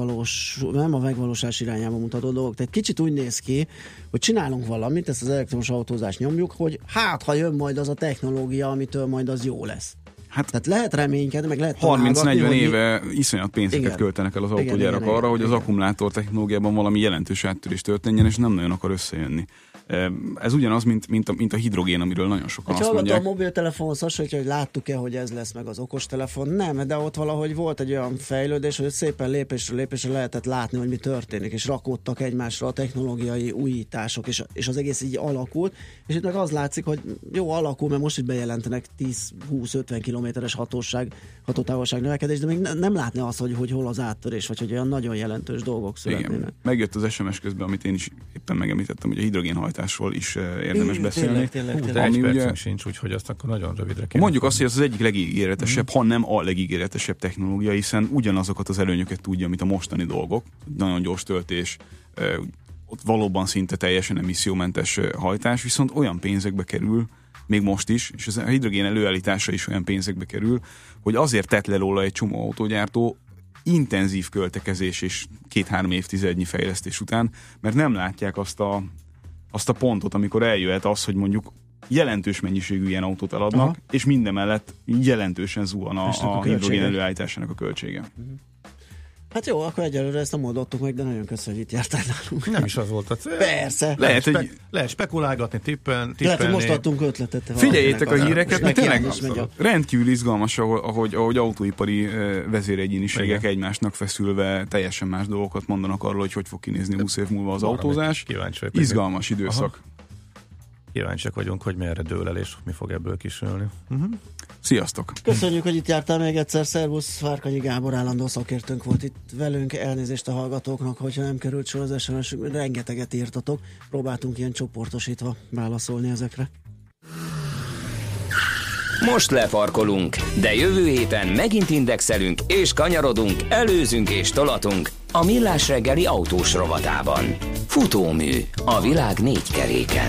a megvalósás irányába mutató dolgok. Tehát kicsit úgy néz ki, hogy csinálunk valamit, ezt az elektromos autózást nyomjuk, hogy ha jön majd az a technológia, amitől majd az jó lesz. Hát, tehát lehet reménykedni, meg lehet 30-40 éve iszonyat pénzeket költenek el az autógyárak arra, hogy az akkumulátor technológiában valami jelentős áttörés történjen, és nem nagyon akar összejönni. Ez ugyanaz, mint a hidrogén, amiről nagyon sokan azt mondják. A mobiltelefonhoz hasonlítja, hogy láttuk-e, hogy ez lesz meg az okostelefon. Nem, de ott valahogy volt egy olyan fejlődés, hogy szépen lépésre lehetett látni, hogy mi történik, és rakódtak egymásra a technológiai újítások, és az egész így alakult, és itt meg az látszik, hogy jó alakul, mert most itt bejelentenek 10-20-50 kilométeres hatótávolság növekedés, de még nem látni azt, hogy hol az áttörés, vagy hogy olyan nagyon jelentős dolgok születnének. Igen. Megjött az SMS közben, amit én is éppen megemlítettem, hogy a hidrogénhajtásról is érdemes beszélni. De egy percünk sincs, úgyhogy azt akkor nagyon rövidre kéne. Mondjuk azt, hogy ez az egyik legígéretesebb, ha nem a legígéretesebb technológia, hiszen ugyanazokat az előnyöket tudja, mint a mostani dolgok. Nagyon gyors töltés, ott valóban szinte teljesen emissziómentes hajtás, viszont olyan pénzekbe kerül, még most is, és a hidrogén előállítása is olyan pénzekbe kerül, hogy azért tett le róla egy csomó autógyártó intenzív költekezés és 2-3 évtizednyi fejlesztés után, mert nem látják azt a pontot, amikor eljöhet az, hogy mondjuk jelentős mennyiségű ilyen autót eladnak, és mindemellett jelentősen zuhan a hidrogén előállításának a költsége. Hát jó, akkor egyelőre ezt nem oldottuk meg, de nagyon köszönöm, hogy itt jártál nálunk. Nem is az volt a cél. Persze. Lehet spekulálgatni, tippelni. Lehet, hogy most adtunk ötletet. Figyeljétek a híreket, mert tényleg rendkívül izgalmas, ahogy autóipari vezéregyéniségek egymásnak feszülve teljesen más dolgokat mondanak arról, hogy fog kinézni 20 év múlva az autózás. Izgalmas időszak. Kíváncsiak vagyunk, hogy merre dől el, és mi fog ebből kisülni. Sziasztok! Köszönjük, hogy itt jártál még egyszer. Szervusz, Várkanyi Gábor állandó szakértőnk volt itt velünk. Elnézést a hallgatóknak, hogyha nem került sor az SMS, rengeteget írtatok. Próbáltunk ilyen csoportosítva válaszolni ezekre. Most lefarkolunk, de jövő héten megint indexelünk és kanyarodunk, előzünk és tolatunk a Millás reggeli autós rovatában. Futómű a világ 4 keréken.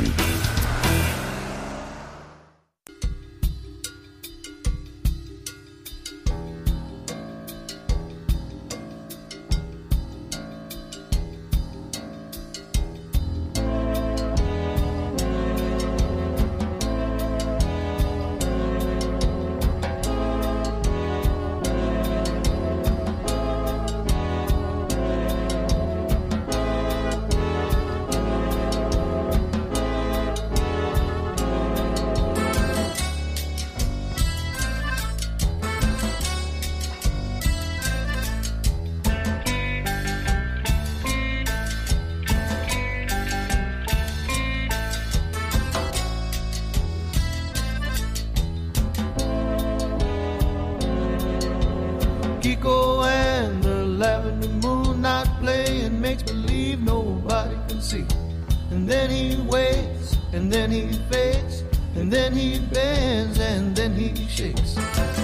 Kiko and the lavender moon not playing, makes believe nobody can see. And then he waits, and then he fades, and then he bends, and then he shakes.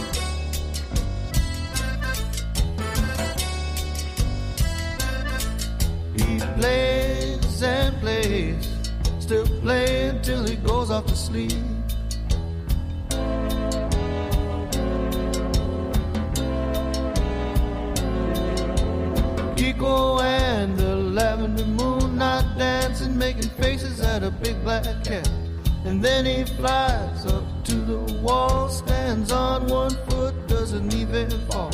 He plays and plays, still playing till he goes off to sleep. Kiko and the lavender moon not dancing, making faces at a big black cat. And then he flies up to the wall, stands on one foot, doesn't even fall.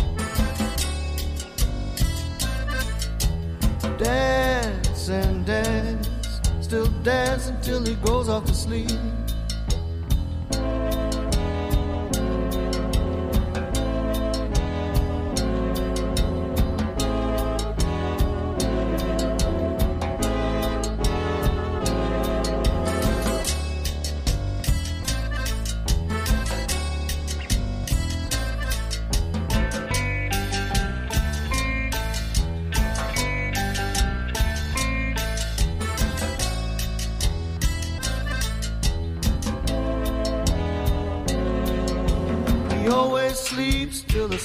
Dance and dance, still dance until he goes off to sleep.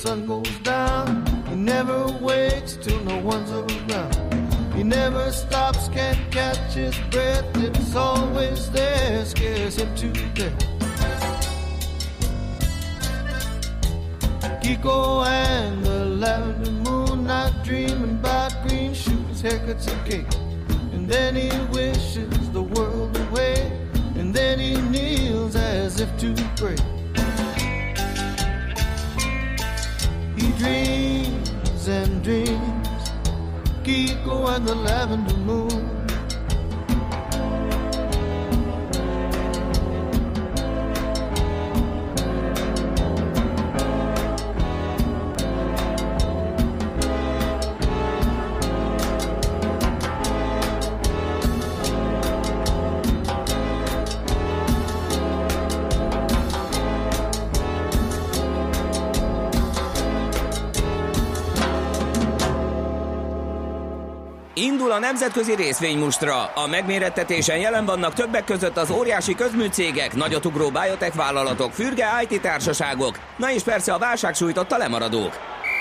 sun goes down. He never wakes till no one's around. He never stops, can't catch his breath. It's always there, scares him to death. Kiko and the lavender moon, not dreaming about green shoes, haircuts and cake. And then he wishes the world away, and then he kneels as if to pray. He dreams and dreams, Kiko and the lavender moon. Indul a nemzetközi részvénymustra. A megmérettetésen jelen vannak többek között az óriási közműcégek, nagyotugró biotech vállalatok, fürge IT társaságok, na és persze a válság sújtotta lemaradók.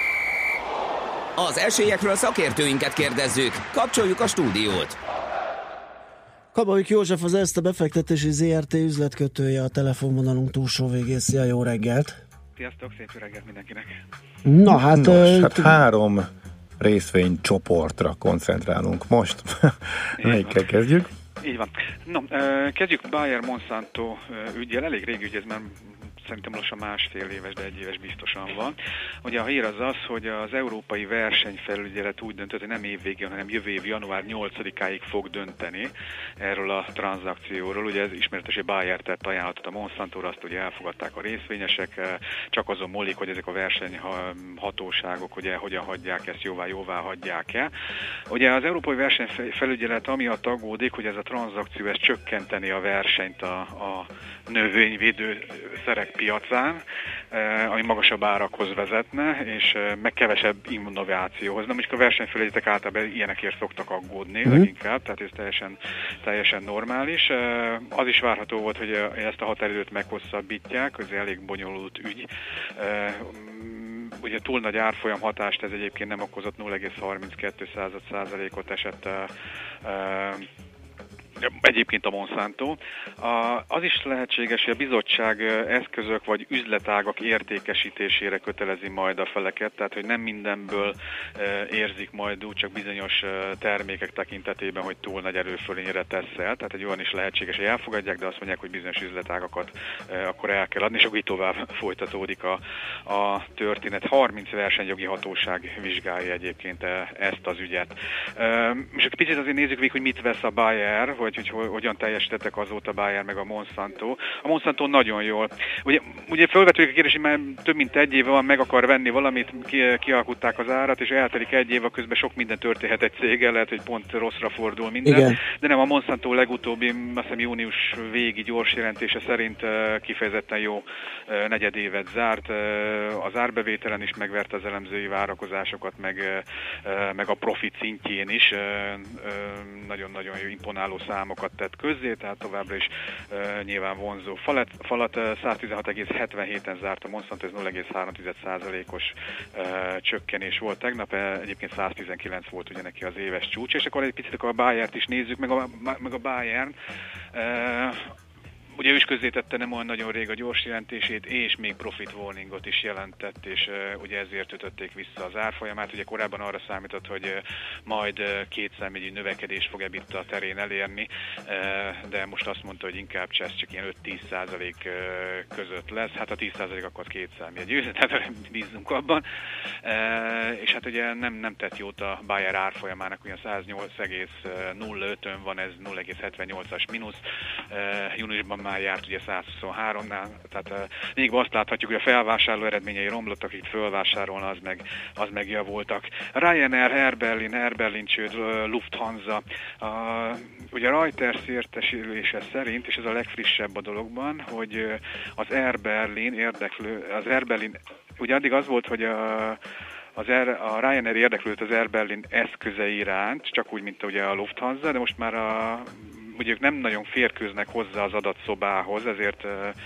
Az esélyekről szakértőinket kérdezzük. Kapcsoljuk a stúdiót. Kabajik József, az Erste befektetési ZRT üzletkötője, a telefonvonalunk túlsó végén. Szia, jó reggelt! Sziasztok, szép reggelt mindenkinek! Na hát... Nos, három részvénycsoportra koncentrálunk most. Melyikkel kezdjük? Így van. No, kezdjük Bayer Monsanto ügyel. Elég régi ügy ez, mert szerintem lassan másfél éves, de egy éves biztosan van. Ugye a hír az, hogy az Európai Versenyfelügyelet úgy döntött, hogy nem évvégén, hanem jövő év január 8-áig fog dönteni erről a tranzakcióról. Ugye ez ismeretes, hogy Bayer tett ajánlatot a Monsantóra, azt ugye elfogadták a részvényesek, csak azon múlik, hogy ezek a versenyhatóságok ugye hogyan hagyják ezt, jóvá hagyják-e. Ugye az Európai Versenyfelügyelet amiatt aggódik, hogy ez a tranzakció ez csökkenteni a versenyt a növényvédőszerek piacán, ami magasabb árakhoz vezetne, és meg kevesebb innovációhoz. Na, most a versenyfelügyeletek általában ilyenekért szoktak aggódni leginkább, tehát ez teljesen normális. Az is várható volt, hogy ezt a határidőt meghosszabbítják, ez elég bonyolult ügy. Ugye túl nagy árfolyam hatást ez egyébként nem okozott, 0,32%-ot esett egyébként a Monsanto. Az is lehetséges, hogy a bizottság eszközök vagy üzletágak értékesítésére kötelezi majd a feleket, tehát hogy nem mindenből érzik majd úgy, csak bizonyos termékek tekintetében, hogy túl nagy erőfölényre tesz el. Tehát egy olyan is lehetséges, hogy elfogadják, de azt mondják, hogy bizonyos üzletágakat akkor el kell adni, és akkor itt tovább folytatódik a történet. 30 versenyjogi hatóság vizsgálja egyébként ezt az ügyet. És egy picit azért nézzük végig, hogy mit vesz a Bayer, hogy hogyan teljesítettek azóta Bayer meg a Monsanto. A Monsanto nagyon jól. Ugye felvetődik a kérdés, hogy már több mint egy éve van, meg akar venni valamit, kialkutták az árat, és eltelik egy év, közben sok minden történhet egy céggel, lehet, hogy pont rosszra fordul minden. Igen. De nem, a Monsanto legutóbbi, azt hiszem június végi gyors jelentése szerint kifejezetten jó negyedévet zárt. Az árbevételen is megverte az elemzői várakozásokat, meg a profit szintjén is. Nagyon-nagyon imponáló számokat tett közzé, tehát továbbra is nyilván vonzó. Falat 116,77-en zárt a Monsanto, ez 0,3%-os csökkenés volt tegnap, egyébként 119 volt ugye neki az éves csúcs, és akkor egy picit a Bayert is nézzük, meg a Bayern. Ugye ő is közzétette nem olyan nagyon rég a gyors jelentését, és még profit warningot is jelentett, és ugye ezért ütötték vissza az árfolyamát. Ugye korábban arra számított, hogy majd kétszámjegyű növekedés fog EBITDA terén elérni, de most azt mondta, hogy inkább ez csak ilyen 5-10% között lesz. Hát a 10% akkor kétszámjegyű, tehát bízzunk abban. És hát ugye nem tett jót a Bayer árfolyamának, ugye 108,05-ön van, ez 0,78-as mínusz. Júniusban már járt ugye 123-nál, tehát még azt láthatjuk, hogy a felvásárló eredményei romlottak, itt fölvásárolna, az meg javultak. Ryanair, Air Berlin csőd, Lufthansa. Ugye a Reuters értesülése szerint, és ez a legfrissebb a dologban, hogy az Air Berlin ugye addig az volt, hogy a Ryanair érdeklődött az Air Berlin eszközei iránt, csak úgy, mint ugye a Lufthansa, de most már ugye ők nem nagyon férkőznek hozzá az adatszobához, ezért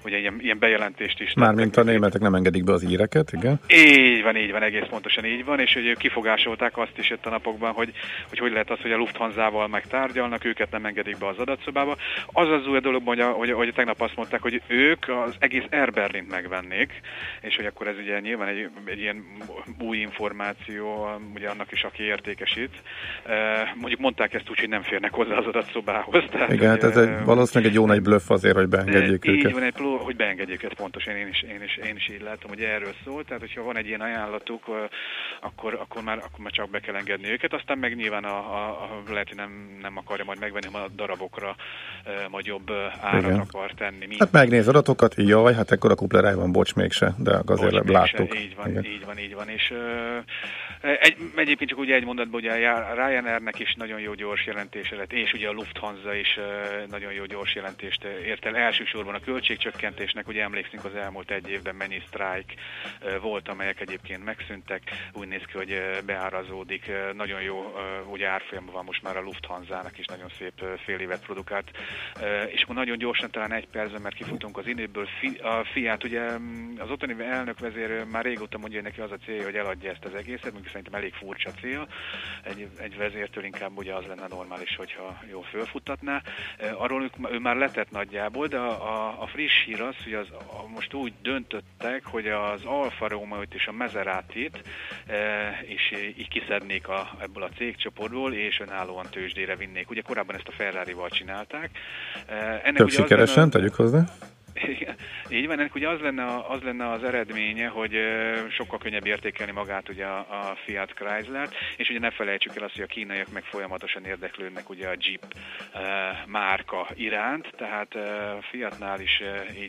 ugye ilyen bejelentést is. Mármint a németek nem engedik be az íreket, igen? Így van, egész pontosan így van, és hogy kifogásolták azt is itt a napokban, hogy lehet az, hogy a Lufthansa-val megtárgyalnak, őket nem engedik be az adatszobába. Az az új dolog, hogy tegnap azt mondták, hogy ők az egész Air Berlint megvennék, és hogy akkor ez ugye nyilván egy ilyen új információ, ugye annak is, aki értékesít. Mondjuk mondták ezt úgy, hogy nem férnek hozzá az adatszobához. Tehát, igen, hát ez valószínűleg egy jó nagy blöff azért, hogy beengedjék őket. Így van, hogy beengedjék őket, pontosan én is így látom, hogy erről szól. Tehát, hogyha van egy ilyen ajánlatuk, akkor már csak be kell engedni őket, aztán meg nyilván lehet, hogy nem akarja majd megvenni, hanem a darabokra majd jobb árat akar tenni. Hát megnéz adatokat, jaj, hát ekkor a kupleráj van, bocs, mégse, de azért láttuk. Így van, és egyébként csak ugye egy mondatban, ugye a Ryanairnek is nagyon jó gyors jelentése lett, és ugye a Lufthansa is nagyon jó gyors jelentést ért el. Elsősorban a költségcsökkentésnek, ugye emlékszünk az elmúlt egy évben mennyi sztrájk volt, amelyek egyébként megszűntek, úgy néz ki, hogy beárazódik. Nagyon jó ugye árfolyamban van most már a Lufthansa-nak is, nagyon szép fél évet produkált. És akkor nagyon gyorsan, talán egy percben, mert kifutunk az időből, a Fiat, ugye az ottani elnökvezér már régóta mondja, hogy neki az a célja, hogy eladja ezt az egészet, mondjuk szerintem elég furcsa cél. Egy vezértől inkább ugye az lenne normális, hogyha jól fölfuttatná. Arról ő már letett nagyjából, de a friss hír az, hogy most úgy döntöttek, hogy az Alfa Romeo-t és a Maseratit és így kiszednék ebből a cégcsoportból, és önállóan tőzsdére vinnék. Ugye korábban ezt a Ferrari-val csinálták. Több sikeresen, tegyük hozzá. Így van, ennek ugye az lenne az eredménye, hogy sokkal könnyebb értékelni magát ugye a Fiat Chrysler-t, és ugye ne felejtsük el azt, hogy a kínaiak meg folyamatosan érdeklődnek ugye a Jeep márka iránt, tehát Fiatnál is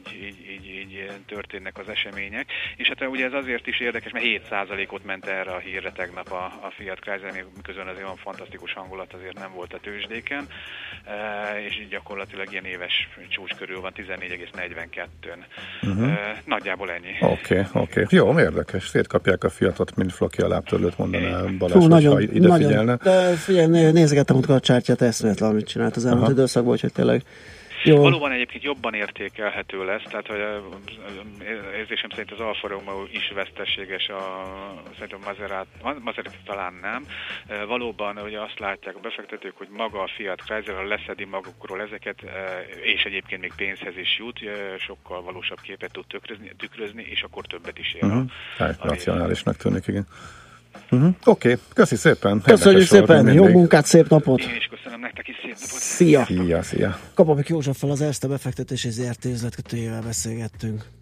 így történnek az események, és hát ugye ez azért is érdekes, mert 7%-ot ment erre a hírre tegnap a Fiat Chrysler, miközben azért olyan fantasztikus hangulat azért nem volt a tőzsdéken, és gyakorlatilag ilyen éves csúcs körül van, 14,42-n. Nagyjából ennyi. Oké. Jó, érdekes. Szétkapják a Fiatot, mint Floki a lábtörlőt, mondaná Balázs, ha ide figyelne. De figyelj, nézegettem a csártyát, eszméletlen, amit csinált az elmúlt időszakban, úgyhogy tényleg jó. Valóban egyébként jobban értékelhető lesz, tehát hogy érzésem szerint az Alfa Romeo is veszteséges, szerintem Maserati talán nem. Valóban ugye azt látják a befektetők, hogy maga a Fiat Chrysler leszedi magukról ezeket, és egyébként még pénzhez is jut, sokkal valósabb képet tud tükrözni, és akkor többet is ér. Racionálisnak tűnik, igen. Oké, köszi szépen. Köszönjük szépen, jó munkát, szép napot. Én is köszönöm nektek is, szép napot. Szia. Szia. Kapabik Józseffel, az Erste befektetési ZRT üzletkötőjével beszélgettünk.